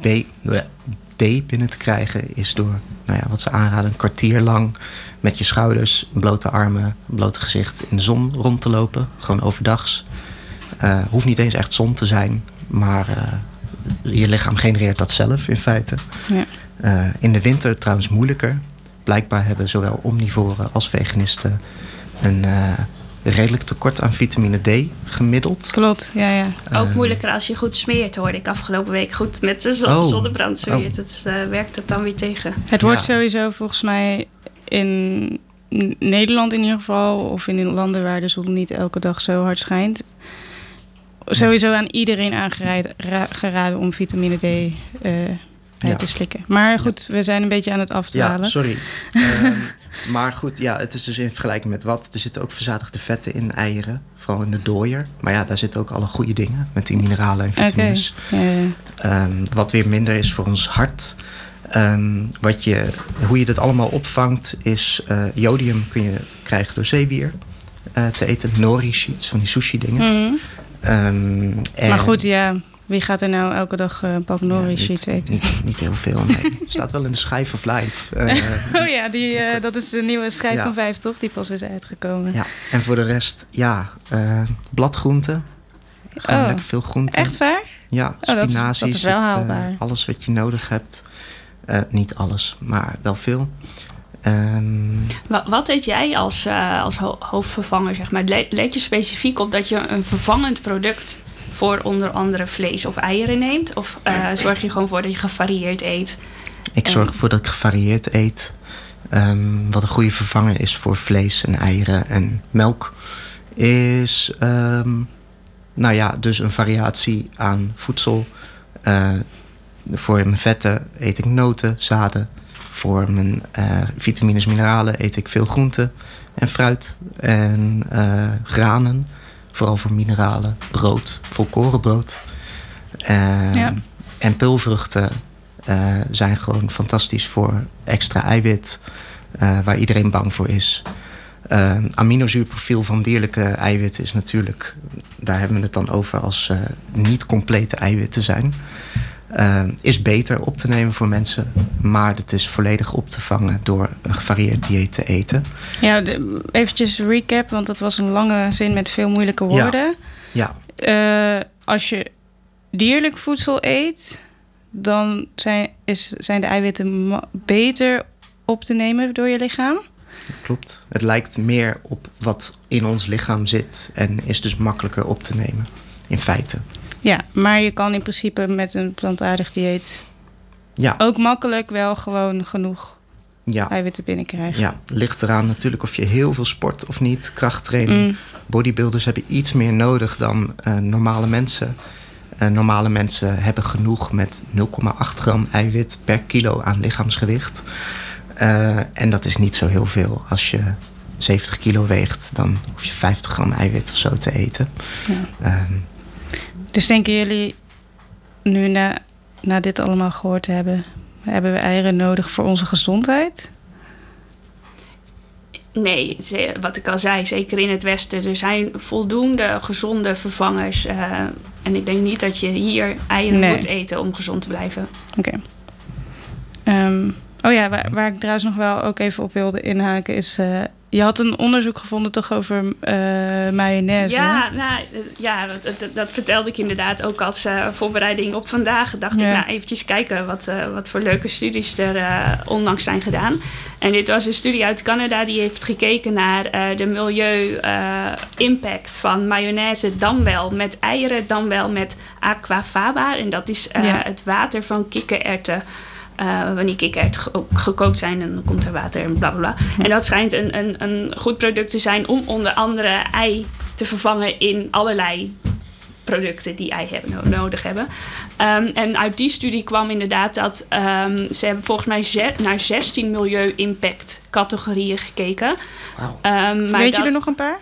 D binnen te krijgen is door, wat ze aanraden, een kwartier lang met je schouders, blote armen, blote gezicht in de zon rond te lopen. Gewoon overdags. Hoeft niet eens echt zon te zijn, maar je lichaam genereert dat zelf in feite. Ja. In de winter trouwens moeilijker. Blijkbaar hebben zowel omnivoren als veganisten een redelijk tekort aan vitamine D gemiddeld. Klopt, ja. Ook moeilijker als je goed smeert, hoorde ik afgelopen week. Goed met de zonnebrand smeert. Het werkt het dan weer tegen. Het wordt sowieso volgens mij in Nederland in ieder geval, of in landen waar de zon niet elke dag zo hard schijnt, sowieso aan iedereen aangeraden om vitamine D te slikken. Maar goed, we zijn een beetje aan het afdwalen. Ja, sorry. Maar goed, het is dus in vergelijking met wat. Er zitten ook verzadigde vetten in eieren. Vooral in de dooier. Maar daar zitten ook alle goede dingen. Met die mineralen en vitamines. Wat weer minder is voor ons hart. Hoe je dat allemaal opvangt is... jodium kun je krijgen door zeewier te eten. Nori sheets, van die sushi dingen. Maar goed, wie gaat er nou elke dag pak nori sheets eten? Niet heel veel, nee. Staat wel in de Schijf of Life. Dat is de nieuwe Schijf van 5, toch? Die pas is uitgekomen. Ja, en voor de rest, bladgroenten. Gewoon lekker veel groenten. Echt waar? Ja, spinazie. Dat is wel haalbaar. Alles wat je nodig hebt. Niet alles, maar wel veel. Wat eet jij als hoofdvervanger, zeg maar? Let je specifiek op dat je een vervangend product voor onder andere vlees of eieren neemt? Of zorg je gewoon voor dat je gevarieerd eet? Ik zorg ervoor dat ik gevarieerd eet. Wat een goede vervanger is voor vlees en eieren en melk is dus een variatie aan voedsel. Voor mijn vetten eet ik noten, zaden. Voor mijn vitamines, mineralen eet ik veel groenten en fruit en granen. Vooral voor mineralen, brood, volkorenbrood. En peulvruchten zijn gewoon fantastisch voor extra eiwit, waar iedereen bang voor is. Aminozuurprofiel van dierlijke eiwitten is natuurlijk, daar hebben we het dan over als niet complete eiwitten zijn. Is beter op te nemen voor mensen, maar het is volledig op te vangen door een gevarieerd dieet te eten. Ja, eventjes recap, want dat was een lange zin met veel moeilijke woorden. Ja. Als je dierlijk voedsel eet, dan zijn de eiwitten beter op te nemen door je lichaam. Dat klopt. Het lijkt meer op wat in ons lichaam zit en is dus makkelijker op te nemen, in feite. Ja, maar je kan in principe met een plantaardig dieet ook makkelijk wel gewoon genoeg eiwitten binnenkrijgen. Ja, ligt eraan natuurlijk of je heel veel sport of niet, krachttraining. Bodybuilders hebben iets meer nodig dan normale mensen. Normale mensen hebben genoeg met 0,8 gram eiwit per kilo aan lichaamsgewicht. En dat is niet zo heel veel. Als je 70 kilo weegt, dan hoef je 50 gram eiwit of zo te eten. Ja. Dus denken jullie, nu na dit allemaal gehoord te hebben, hebben we eieren nodig voor onze gezondheid? Nee, wat ik al zei, zeker in het Westen. Er zijn voldoende gezonde vervangers. En ik denk niet dat je hier eieren moet eten om gezond te blijven. Oké. Waar ik trouwens nog wel ook even op wilde inhaken is... je had een onderzoek gevonden toch over mayonaise? Ja, dat vertelde ik inderdaad ook als voorbereiding op vandaag. Dacht ik, eventjes kijken wat voor leuke studies er onlangs zijn gedaan. En dit was een studie uit Canada die heeft gekeken naar de milieu-impact van mayonaise. Dan wel met eieren, dan wel met aquafaba. En dat is het water van kikkererwten. Wanneer kikkererwten ook gekookt zijn, dan komt er water en blablabla. En dat schijnt een goed product te zijn om onder andere ei te vervangen in allerlei producten die ei nodig hebben. En uit die studie kwam inderdaad dat ze hebben volgens mij naar 16 milieu-impact categorieën gekeken. Wow. Weet je er nog een paar?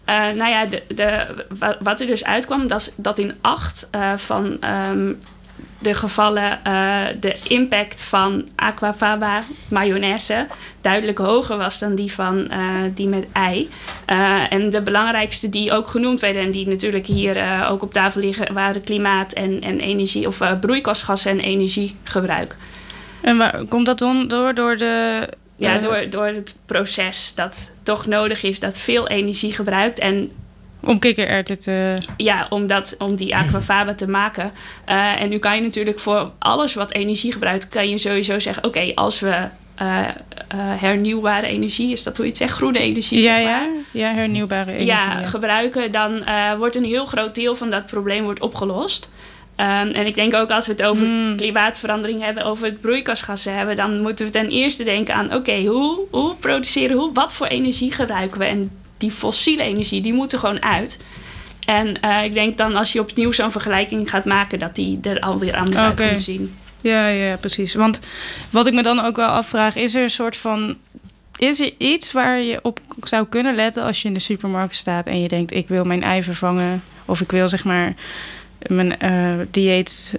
Wat er dus uitkwam, dat in 8 van de gevallen de impact van aquafaba mayonaise duidelijk hoger was dan die van die met ei. En de belangrijkste die ook genoemd werden en die natuurlijk hier ook op tafel liggen, waren klimaat en energie of broeikasgassen en energiegebruik. En waar komt dat dan door de... Ja, door het proces dat toch nodig is dat veel energie gebruikt en om kikkererwten te... Ja, om die aquafaba te maken. En nu kan je natuurlijk voor alles wat energie gebruikt, kan je sowieso zeggen, oké, als we hernieuwbare energie, is dat hoe je het zegt? Groene energie, zeg maar. Ja, hernieuwbare energie. Gebruiken, dan wordt een heel groot deel van dat probleem wordt opgelost. En ik denk ook als we het over klimaatverandering hebben, over het broeikasgassen hebben, dan moeten we ten eerste denken aan, oké, hoe produceren we, wat voor energie gebruiken we? En die fossiele energie, die moet er gewoon uit. En ik denk dan als je opnieuw zo'n vergelijking gaat maken, dat die er alweer anders uit komt zien. Ja, precies. Want wat ik me dan ook wel afvraag, is er een soort van... Is er iets waar je op zou kunnen letten als je in de supermarkt staat en je denkt, ik wil mijn ei vervangen, of ik wil zeg maar mijn dieet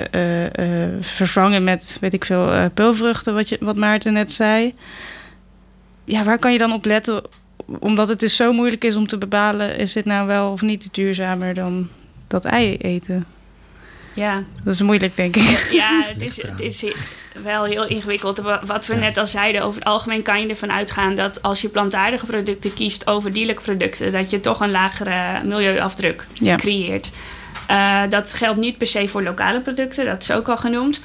vervangen met, weet ik veel, peulvruchten, wat Maarten net zei. Ja, waar kan je dan op letten? Omdat het dus zo moeilijk is om te bepalen, is het nou wel of niet duurzamer dan dat ei eten? Ja. Dat is moeilijk, denk ik. Ja, het is wel heel ingewikkeld. Wat we net al zeiden, over het algemeen kan je ervan uitgaan dat als je plantaardige producten kiest over dierlijke producten, dat je toch een lagere milieuafdruk creëert. Dat geldt niet per se voor lokale producten, dat is ook al genoemd.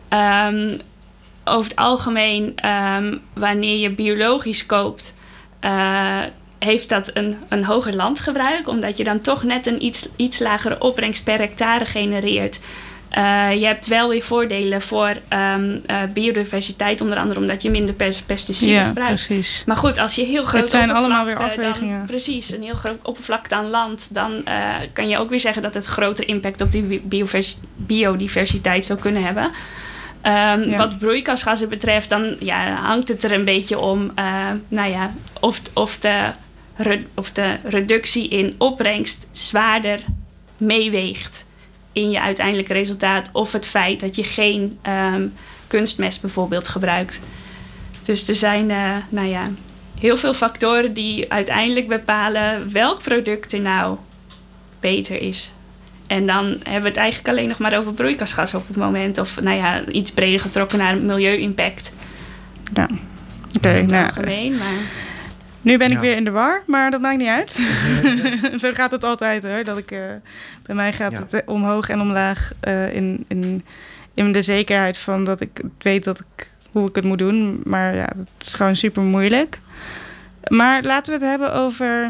Over het algemeen, wanneer je biologisch koopt, heeft dat een hoger landgebruik, omdat je dan toch net een iets lagere opbrengst per hectare genereert. Je hebt wel weer voordelen voor biodiversiteit, onder andere omdat je minder pesticiden gebruikt. Precies. Maar goed, als je heel groot het zijn allemaal weer afwegingen. Een heel groot oppervlakte aan land, dan kan je ook weer zeggen dat het grotere impact op die biodiversiteit zou kunnen hebben. Wat broeikasgassen betreft, dan hangt het er een beetje om of de reductie in opbrengst zwaarder meeweegt in je uiteindelijke resultaat. Of het feit dat je geen kunstmest bijvoorbeeld gebruikt. Dus er zijn heel veel factoren die uiteindelijk bepalen welk product er nou beter is. En dan hebben we het eigenlijk alleen nog maar over broeikasgas op het moment. Of iets breder getrokken naar milieu-impact. Ja, oké. Algemeen, maar... Nu ben ik weer in de war, maar dat maakt niet uit. Zo gaat het altijd hoor. Bij mij gaat het omhoog en omlaag in de zekerheid van dat ik weet hoe ik het moet doen. Maar ja, het is gewoon super moeilijk. Maar laten we het hebben over...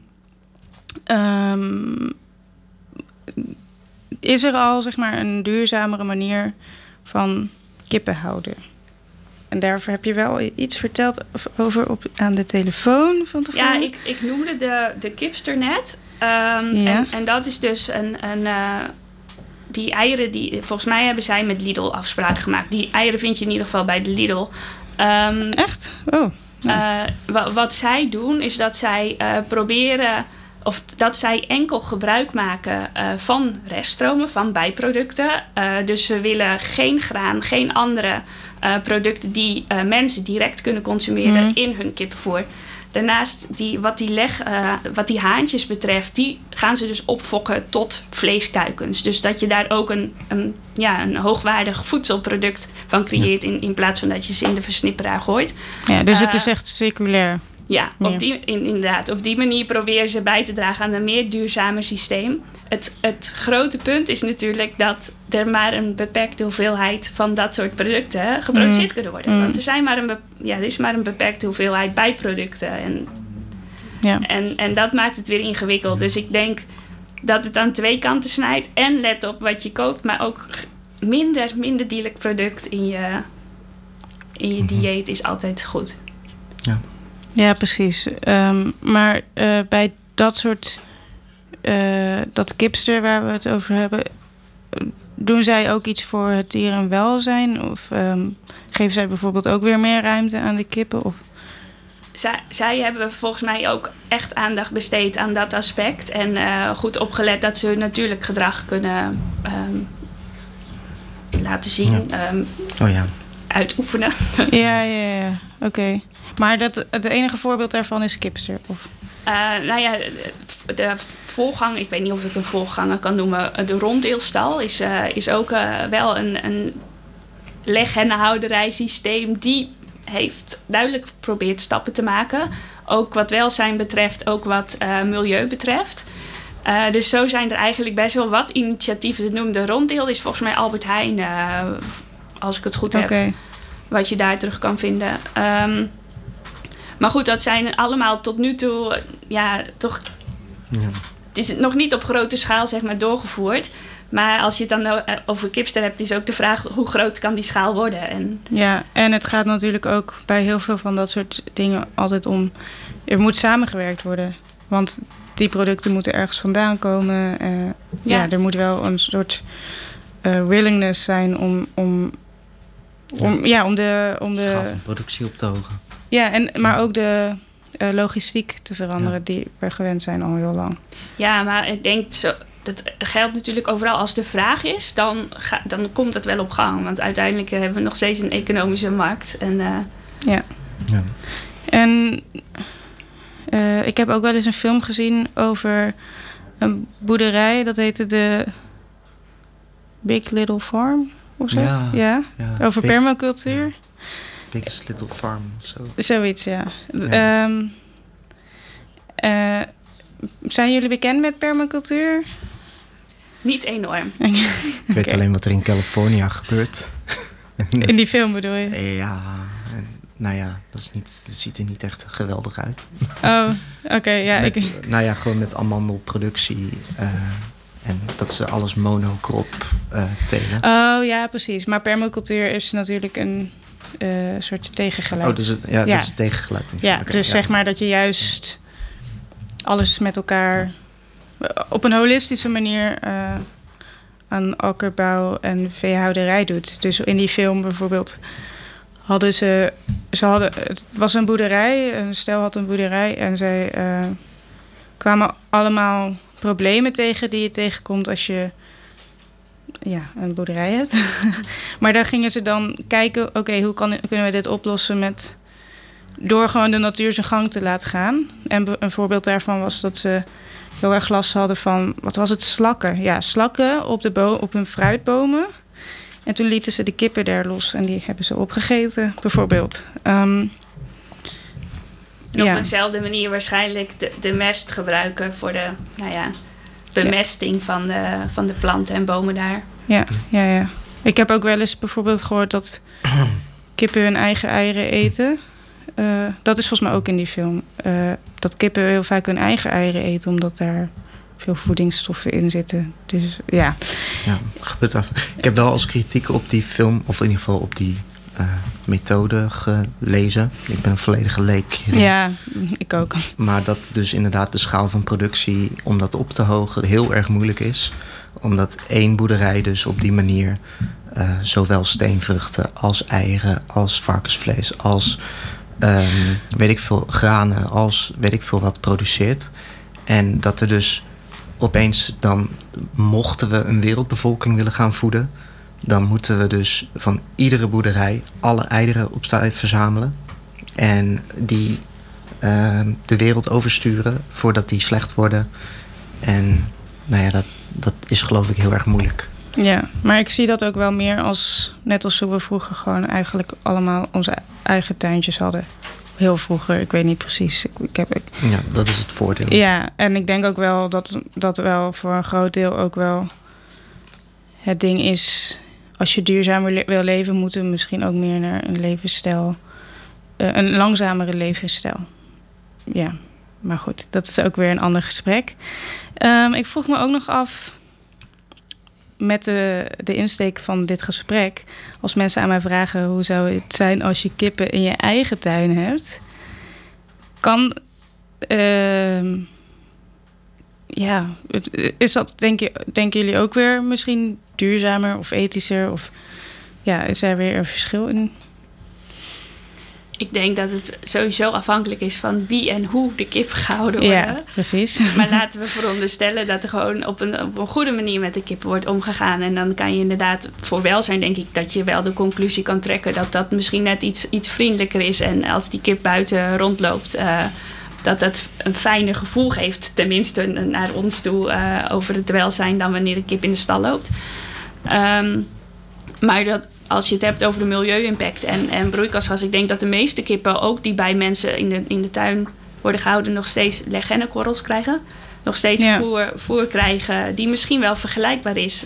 is er al zeg maar een duurzamere manier van kippen houden? En daarvoor heb je wel iets verteld over aan de telefoon van tevoren. Ja, ik noemde de Kipster net. En dat is dus die eieren die... Volgens mij hebben zij met Lidl afspraken gemaakt. Die eieren vind je in ieder geval bij de Lidl. Echt? Oh. Ja. Wat zij doen is dat zij proberen... Of dat zij enkel gebruik maken van reststromen, van bijproducten. Dus we willen geen graan, geen andere producten die mensen direct kunnen consumeren in hun kippenvoer. Daarnaast, wat die haantjes betreft, die gaan ze dus opfokken tot vleeskuikens. Dus dat je daar ook een hoogwaardig voedselproduct van creëert in plaats van dat je ze in de versnipperaar gooit. Ja, dus het is echt circulair. Ja, inderdaad. Op die manier proberen ze bij te dragen aan een meer duurzamer systeem. Het grote punt is natuurlijk dat er maar een beperkte hoeveelheid van dat soort producten geproduceerd kunnen worden. Want er is maar een beperkte hoeveelheid bijproducten. En dat maakt het weer ingewikkeld. Dus ik denk dat het aan twee kanten snijdt. En let op wat je koopt, maar ook minder dierlijk product in je dieet is altijd goed. Ja. Ja, precies. Maar bij dat soort... dat kipster waar we het over hebben... doen zij ook iets voor het dierenwelzijn? Of geven zij bijvoorbeeld ook weer meer ruimte aan de kippen? Of? Zij hebben volgens mij ook echt aandacht besteed aan dat aspect. En goed opgelet dat ze natuurlijk gedrag kunnen laten zien. Uitoefenen. Ja. Oké. Maar het enige voorbeeld daarvan is kipster? Of? De voorganger, ik weet niet of ik een voorganger kan noemen. De rondeelstal is ook wel een leghennenhouderijsysteem die heeft duidelijk geprobeerd stappen te maken. Ook wat welzijn betreft, ook wat milieu betreft. Dus zo zijn er eigenlijk best wel wat initiatieven te noemen. De ronddeel is volgens mij Albert Heijn, als ik het goed heb. Wat je daar terug kan vinden. Maar goed, dat zijn allemaal tot nu toe, toch... Ja. Het is nog niet op grote schaal, zeg maar, doorgevoerd. Maar als je het dan over kipster hebt, is ook de vraag hoe groot kan die schaal worden. Ja, en het gaat natuurlijk ook bij heel veel van dat soort dingen altijd om... Er moet samengewerkt worden. Want die producten moeten ergens vandaan komen. Er moet wel een soort willingness zijn om de schaal van productie op te hogen. Ja, maar ook de logistiek te veranderen die we gewend zijn al heel lang. Ja, maar ik denk, dat geldt natuurlijk overal. Als de vraag is, dan komt het wel op gang. Want uiteindelijk hebben we nog steeds een economische markt. En ik heb ook wel eens een film gezien over een boerderij. Dat heette de Big Little Farm of zo. Ja. Over permacultuur. Ja. Biggest Little Farm, zo. Zoiets, ja. Zijn jullie bekend met permacultuur? Niet enorm. Ik weet alleen wat er in Californië gebeurt. In die film bedoel je? Ja, dat ziet er niet echt geweldig uit. Oh, oké, ja. Gewoon met amandelproductie en dat ze alles monocrop telen. Oh, ja, precies. Maar permacultuur is natuurlijk een soort tegengeluid. Oh, dus dat is tegengeluid. Ja, dus zeg maar dat je juist alles met elkaar op een holistische manier aan akkerbouw en veehouderij doet. Dus in die film bijvoorbeeld het was een boerderij, een stel had een boerderij en zij kwamen allemaal problemen tegen die je tegenkomt als je een boerderij hebt. Maar daar gingen ze dan kijken, oké, hoe kunnen we dit oplossen door gewoon de natuur zijn gang te laten gaan. En een voorbeeld daarvan was dat ze heel erg last hadden van, wat was het, slakken. Ja, slakken op hun fruitbomen. En toen lieten ze de kippen daar los en die hebben ze opgegeten, bijvoorbeeld. En op dezelfde manier waarschijnlijk de mest gebruiken voor de bemesting van de planten en bomen daar. Ja. Ik heb ook wel eens bijvoorbeeld gehoord dat kippen hun eigen eieren eten. Dat is volgens mij ook in die film. Dat kippen heel vaak hun eigen eieren eten, omdat daar veel voedingsstoffen in zitten. Dus ja. Ja, gebeurt af. Ik heb wel als kritiek op die film, of in ieder geval op die methode gelezen. Ik ben een volledige leek. Ja, ik ook. Maar dat dus inderdaad de schaal van productie, om dat op te hogen, heel erg moeilijk is. Omdat 1 boerderij dus op die manier zowel steenvruchten als eieren, als varkensvlees, als weet ik veel, granen, als weet ik veel wat produceert. En dat er dus opeens dan, mochten we een wereldbevolking willen gaan voeden, dan moeten we dus van iedere boerderij alle eieren op tijd verzamelen. En die de wereld oversturen voordat die slecht worden. En dat is geloof ik heel erg moeilijk. Ja, maar ik zie dat ook wel meer als, net als hoe we vroeger gewoon eigenlijk allemaal onze eigen tuintjes hadden. Heel vroeger, ik weet niet precies. Ja, dat is het voordeel. Ja, en ik denk ook wel dat wel voor een groot deel ook wel het ding is, als je duurzamer wil leven, moeten we misschien ook meer naar een levensstijl, een langzamere levensstijl. Ja, maar goed, dat is ook weer een ander gesprek. Ik vroeg me ook nog af, met de insteek van dit gesprek, als mensen aan mij vragen hoe zou het zijn als je kippen in je eigen tuin hebt, is dat, denken jullie ook weer misschien duurzamer of ethischer? Of is er weer een verschil in? Ik denk dat het sowieso afhankelijk is van wie en hoe de kip gehouden worden. Ja, precies. Maar laten we veronderstellen dat er gewoon op een goede manier met de kippen wordt omgegaan. En dan kan je inderdaad voor welzijn, denk ik, dat je wel de conclusie kan trekken dat dat misschien net iets vriendelijker is. En als die kip buiten rondloopt, dat een fijner gevoel geeft, tenminste naar ons toe, over het welzijn dan wanneer de kip in de stal loopt. Maar als je het hebt over de milieu-impact en broeikasgas, ik denk dat de meeste kippen, ook die bij mensen in de tuin worden gehouden, nog steeds legennenkorrels krijgen. Nog steeds voer krijgen die misschien wel vergelijkbaar is.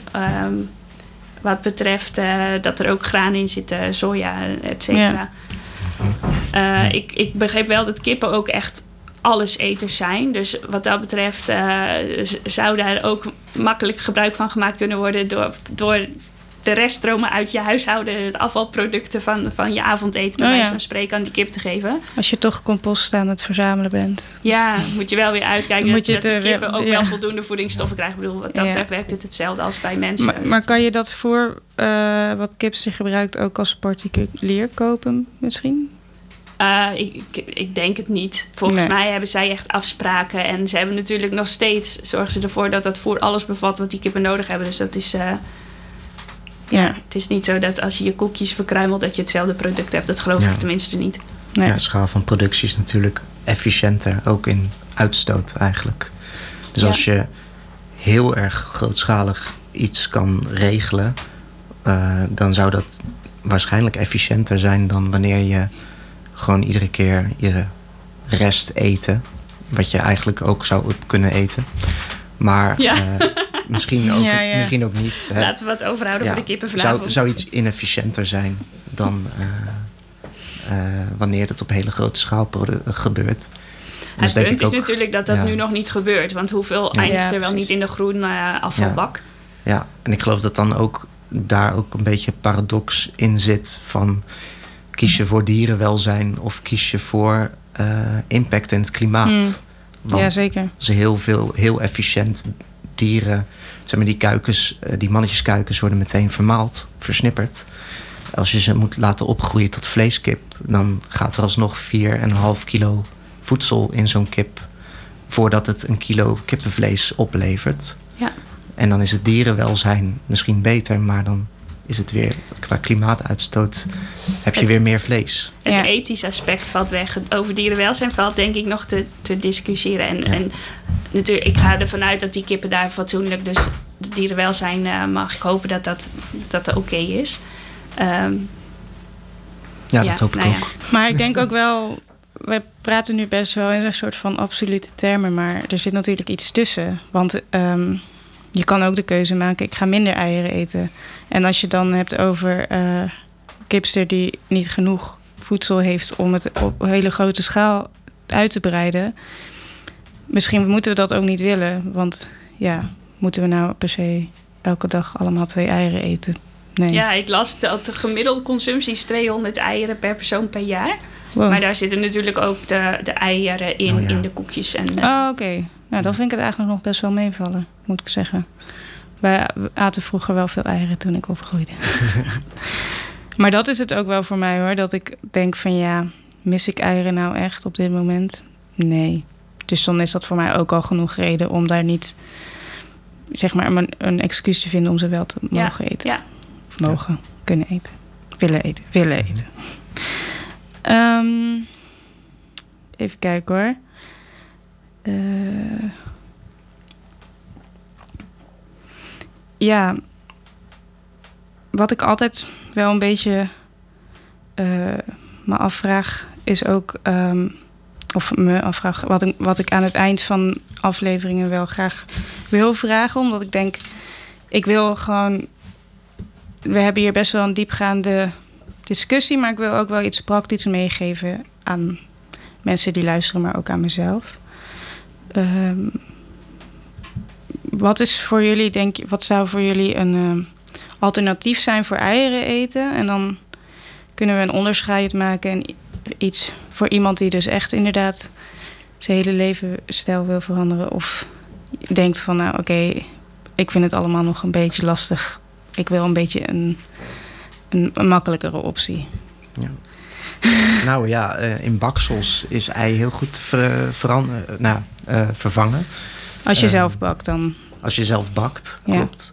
Wat betreft dat er ook graan in zit, soja, et cetera. Ja. Ik begreep wel dat kippen ook echt alleseters zijn. Dus wat dat betreft zou daar ook makkelijk gebruik van gemaakt kunnen worden door de reststromen uit je huishouden, de afvalproducten van je avondeten, bij wijze van spreken, aan die kip te geven. Als je toch compost aan het verzamelen bent. Ja, moet je wel weer uitkijken dat de kippen ook wel voldoende voedingsstoffen krijgen. Ik bedoel, wat dat betreft werkt het hetzelfde als bij mensen. Maar kan je dat voor wat Kipster gebruikt ook als particulier kopen misschien? Ik denk het niet. Volgens mij hebben zij echt afspraken. En ze hebben natuurlijk nog steeds, zorgen ze ervoor dat dat voer alles bevat wat die kippen nodig hebben. Dus dat is het is niet zo dat als je je koekjes verkruimelt dat je hetzelfde product hebt. Dat geloof ik tenminste niet. Nee. Ja, schaal van productie is natuurlijk efficiënter, ook in uitstoot eigenlijk. Dus als je heel erg grootschalig iets kan regelen, dan zou dat waarschijnlijk efficiënter zijn dan wanneer je gewoon iedere keer je rest eten, wat je eigenlijk ook zou kunnen eten. Maar misschien ook niet. Laten we het overhouden voor de kippen vanavond. Zou iets inefficiënter zijn dan wanneer het op hele grote schaal gebeurt. Het punt is natuurlijk dat nu nog niet gebeurt. Want hoeveel eindigt er wel niet in de groen afvalbak? Ja, en ik geloof dat dan ook daar ook een beetje paradox in zit van kies je voor dierenwelzijn of kies je voor impact in het klimaat. Want zeker. Als heel efficiënt dieren, zeg maar die kuikens, die mannetjeskuikens worden meteen vermaald, versnipperd. Als je ze moet laten opgroeien tot vleeskip, dan gaat er alsnog 4,5 kilo voedsel in zo'n kip voordat het 1 kilo kippenvlees oplevert. Ja. En dan is het dierenwelzijn misschien beter, maar dan is het weer qua klimaatuitstoot heb je weer meer vlees. Het ethische aspect valt weg. Over dierenwelzijn valt denk ik nog te discussiëren. En natuurlijk, ik ga ervan uit dat die kippen daar fatsoenlijk, dus de dierenwelzijn mag ik hopen dat oké is. Dat hoop ik ook. Maar ik denk ook wel, we praten nu best wel in een soort van absolute termen, maar er zit natuurlijk iets tussen. Want je kan ook de keuze maken, ik ga minder eieren eten. En als je dan hebt over kipster die niet genoeg voedsel heeft om het op een hele grote schaal uit te breiden, misschien moeten we dat ook niet willen. Want moeten we nou per se elke dag allemaal 2 eieren eten? Nee. Ja, ik las dat de gemiddelde consumptie is 200 eieren per persoon per jaar. Wow. Maar daar zitten natuurlijk ook de eieren in de koekjes. Oké. Nou, dan vind ik het eigenlijk nog best wel meevallen, moet ik zeggen. Wij aten vroeger wel veel eieren toen ik opgroeide. Maar dat is het ook wel voor mij hoor. Dat ik denk van mis ik eieren nou echt op dit moment? Nee. Dus dan is dat voor mij ook al genoeg reden om daar niet, zeg maar, een excuus te vinden om ze wel te mogen eten. Ja. Of mogen, kunnen eten. Willen eten. Even kijken hoor. Wat ik altijd wel een beetje me afvraag is ook, wat ik aan het eind van afleveringen wel graag wil vragen, omdat ik denk, ik wil gewoon, we hebben hier best wel een diepgaande discussie, maar ik wil ook wel iets praktisch meegeven aan mensen die luisteren, maar ook aan mezelf. Wat is voor jullie, wat zou voor jullie een alternatief zijn voor eieren eten? En dan kunnen we een onderscheid maken en iets voor iemand die dus echt inderdaad zijn hele levensstijl wil veranderen. Of denkt van oké, ik vind het allemaal nog een beetje lastig. Ik wil een beetje een makkelijkere optie. Ja. In baksels is ei heel goed te vervangen. Als je zelf bakt dan? Als je zelf bakt, klopt.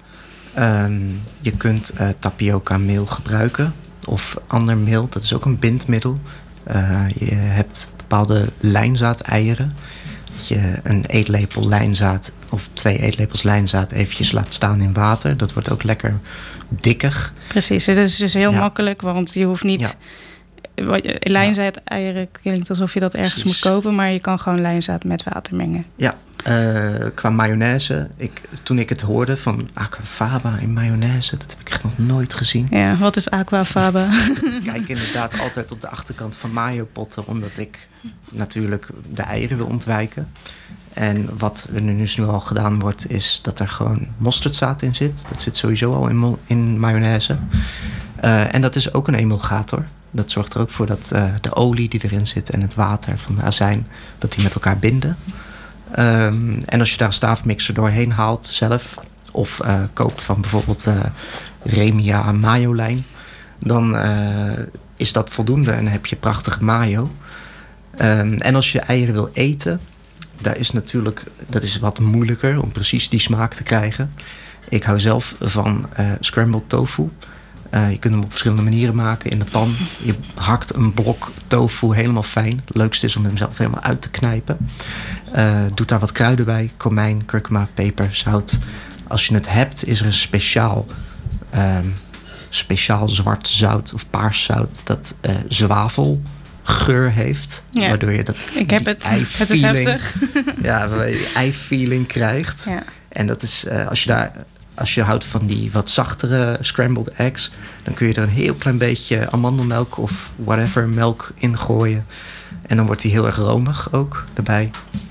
Je kunt tapioca meel gebruiken. Of ander meel, dat is ook een bindmiddel. Je hebt bepaalde lijnzaad-eieren. Dat je een eetlepel lijnzaad of 2 eetlepels lijnzaad eventjes laat staan in water. Dat wordt ook lekker dikker. Precies, dat is dus heel makkelijk, want je hoeft niet... Lijnzaad-eieren klinkt alsof je dat ergens moet kopen, maar je kan gewoon lijnzaad met water mengen. Ja, qua mayonaise, toen ik het hoorde van aquafaba in mayonaise, dat heb ik echt nog nooit gezien. Ja, wat is aquafaba? Ik kijk inderdaad altijd op de achterkant van mayopotten, omdat ik natuurlijk de eieren wil ontwijken. En wat er nu al gedaan wordt, is dat er gewoon mosterdzaad in zit. Dat zit sowieso al in mayonaise. En dat is ook een emulgator. Dat zorgt er ook voor dat de olie die erin zit en het water van de azijn, dat die met elkaar binden. En als je daar een staafmixer doorheen haalt zelf, of koopt van bijvoorbeeld Remia Mayo-lijn, dan is dat voldoende en dan heb je prachtige mayo. En als je eieren wil eten, dat is wat moeilijker om precies die smaak te krijgen. Ik hou zelf van scrambled tofu. Je kunt hem op verschillende manieren maken in de pan. Je hakt een blok tofu helemaal fijn. Het leukste is om hem zelf helemaal uit te knijpen. Doet daar wat kruiden bij. Komijn, kurkuma, peper, zout. Als je het hebt, is er een speciaal zwart zout of paars zout dat zwavelgeur heeft. Ja. Waardoor je dat het is heftig. Ja, waar je ei-feeling krijgt. Ja. En dat is, als je houdt van die wat zachtere scrambled eggs, dan kun je er een heel klein beetje amandelmelk of whatever melk in gooien. En dan wordt die heel erg romig ook erbij.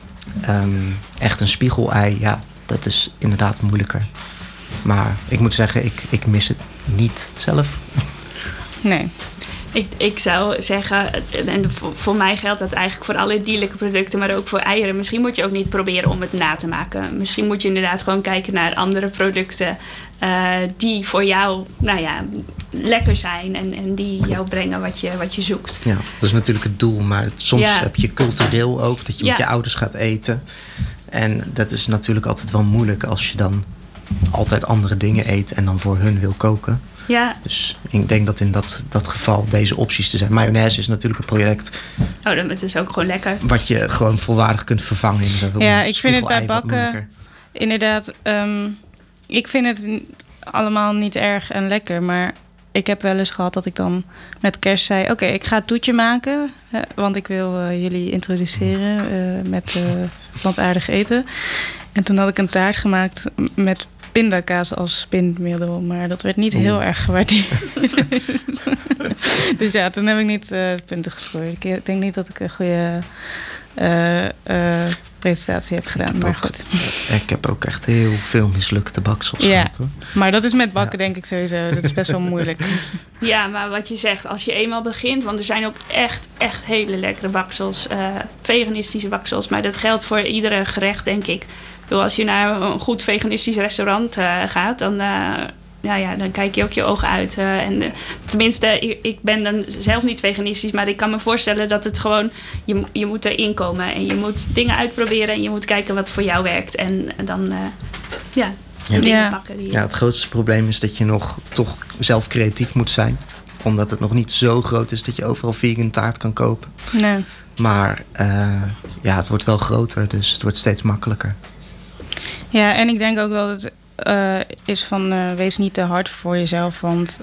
Echt een spiegelei, ja, dat is inderdaad moeilijker. Maar ik moet zeggen, ik mis het niet zelf. Nee. Ik zou zeggen, en voor mij geldt dat eigenlijk voor alle dierlijke producten, maar ook voor eieren. Misschien moet je ook niet proberen om het na te maken. Misschien moet je inderdaad gewoon kijken naar andere producten die voor jou, lekker zijn en die jou brengen wat je zoekt. Ja, dat is natuurlijk het doel, maar soms heb je cultureel ook dat je met je ouders gaat eten. En dat is natuurlijk altijd wel moeilijk als je dan altijd andere dingen eet en dan voor hun wil koken. Ja. Dus ik denk dat in dat geval deze opties er zijn. Mayonaise is natuurlijk een project. Oh, dat is ook gewoon lekker. Wat je gewoon volwaardig kunt vervangen in zoveel. Ja, ik vind het bij bakken inderdaad. Ik vind het allemaal niet erg en lekker, maar ik heb wel eens gehad dat ik dan met kerst zei: oké, ik ga het toetje maken, want ik wil jullie introduceren met plantaardig eten. En toen had ik een taart gemaakt met pindakaas als spinmiddel, maar dat werd niet heel erg gewaardeerd. Dus ja, toen heb ik niet punten gescoord. Ik denk niet dat ik een goede presentatie heb gedaan, maar goed. Ik heb ook echt heel veel mislukte baksels gehad. Hoor. Maar dat is met bakken denk ik sowieso. Dat is best wel moeilijk. Ja, maar wat je zegt, als je eenmaal begint, want er zijn ook echt hele lekkere baksels, veganistische baksels, maar dat geldt voor iedere gerecht, denk ik. Als je naar een goed veganistisch restaurant gaat, dan kijk je ook je ogen uit. Tenminste, ik ben dan zelf niet veganistisch, maar ik kan me voorstellen dat het gewoon, je moet erin komen en je moet dingen uitproberen en je moet kijken wat voor jou werkt. En dan dingen pakken. Ja, het grootste probleem is dat je nog toch zelf creatief moet zijn. Omdat het nog niet zo groot is dat je overal vegan taart kan kopen. Nee. Maar het wordt wel groter, dus het wordt steeds makkelijker. Ja, en ik denk ook dat het is van wees niet te hard voor jezelf. Want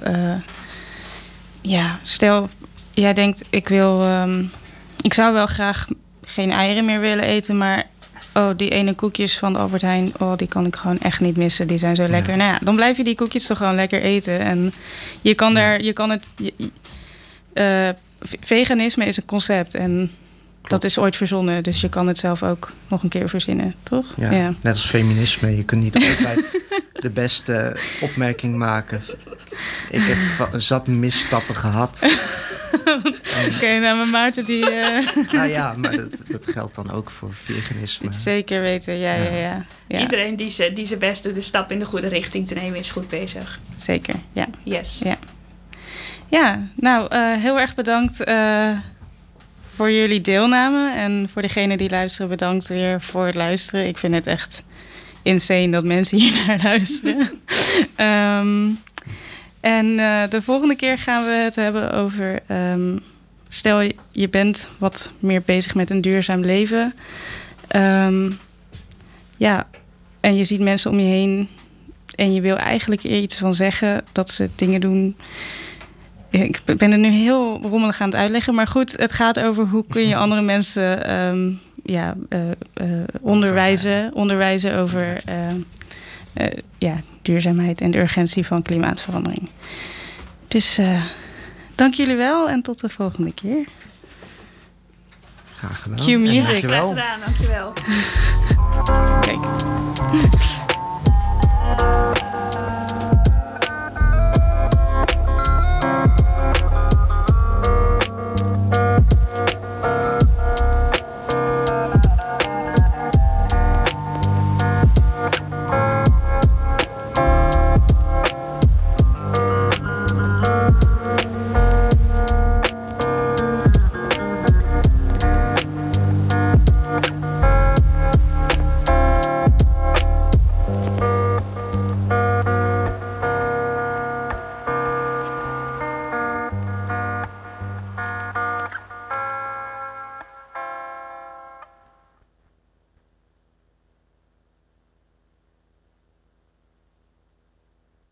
stel jij denkt ik zou wel graag geen eieren meer willen eten, maar die ene koekjes van de Albert Heijn, die kan ik gewoon echt niet missen. Die zijn zo lekker. Ja. Nou ja, dan blijf je die koekjes toch gewoon lekker eten. En veganisme is een concept en dat is ooit verzonnen, dus je kan het zelf ook nog een keer verzinnen, toch? Ja, net als feminisme. Je kunt niet altijd de beste opmerking maken. Ik heb zat misstappen gehad. Oké, maar Maarten die... Nou ja, maar dat geldt dan ook voor veganisme. Zeker weten, ja. Iedereen die zijn best doet de stap in de goede richting te nemen is goed bezig. Zeker, ja. Yes. Ja, nou, heel erg bedankt voor jullie deelname. En voor degenen die luisteren, bedankt weer voor het luisteren. Ik vind het echt insane dat mensen hier naar luisteren. En de volgende keer gaan we het hebben over... stel, je bent wat meer bezig met een duurzaam leven. En je ziet mensen om je heen en je wil eigenlijk iets van zeggen dat ze dingen doen. Ik ben het nu heel rommelig aan het uitleggen, maar goed, het gaat over hoe kun je andere mensen onderwijzen over duurzaamheid en de urgentie van klimaatverandering. Dus dank jullie wel en tot de volgende keer. Graag gedaan. Cue music. Graag gedaan, dankjewel. Kijk.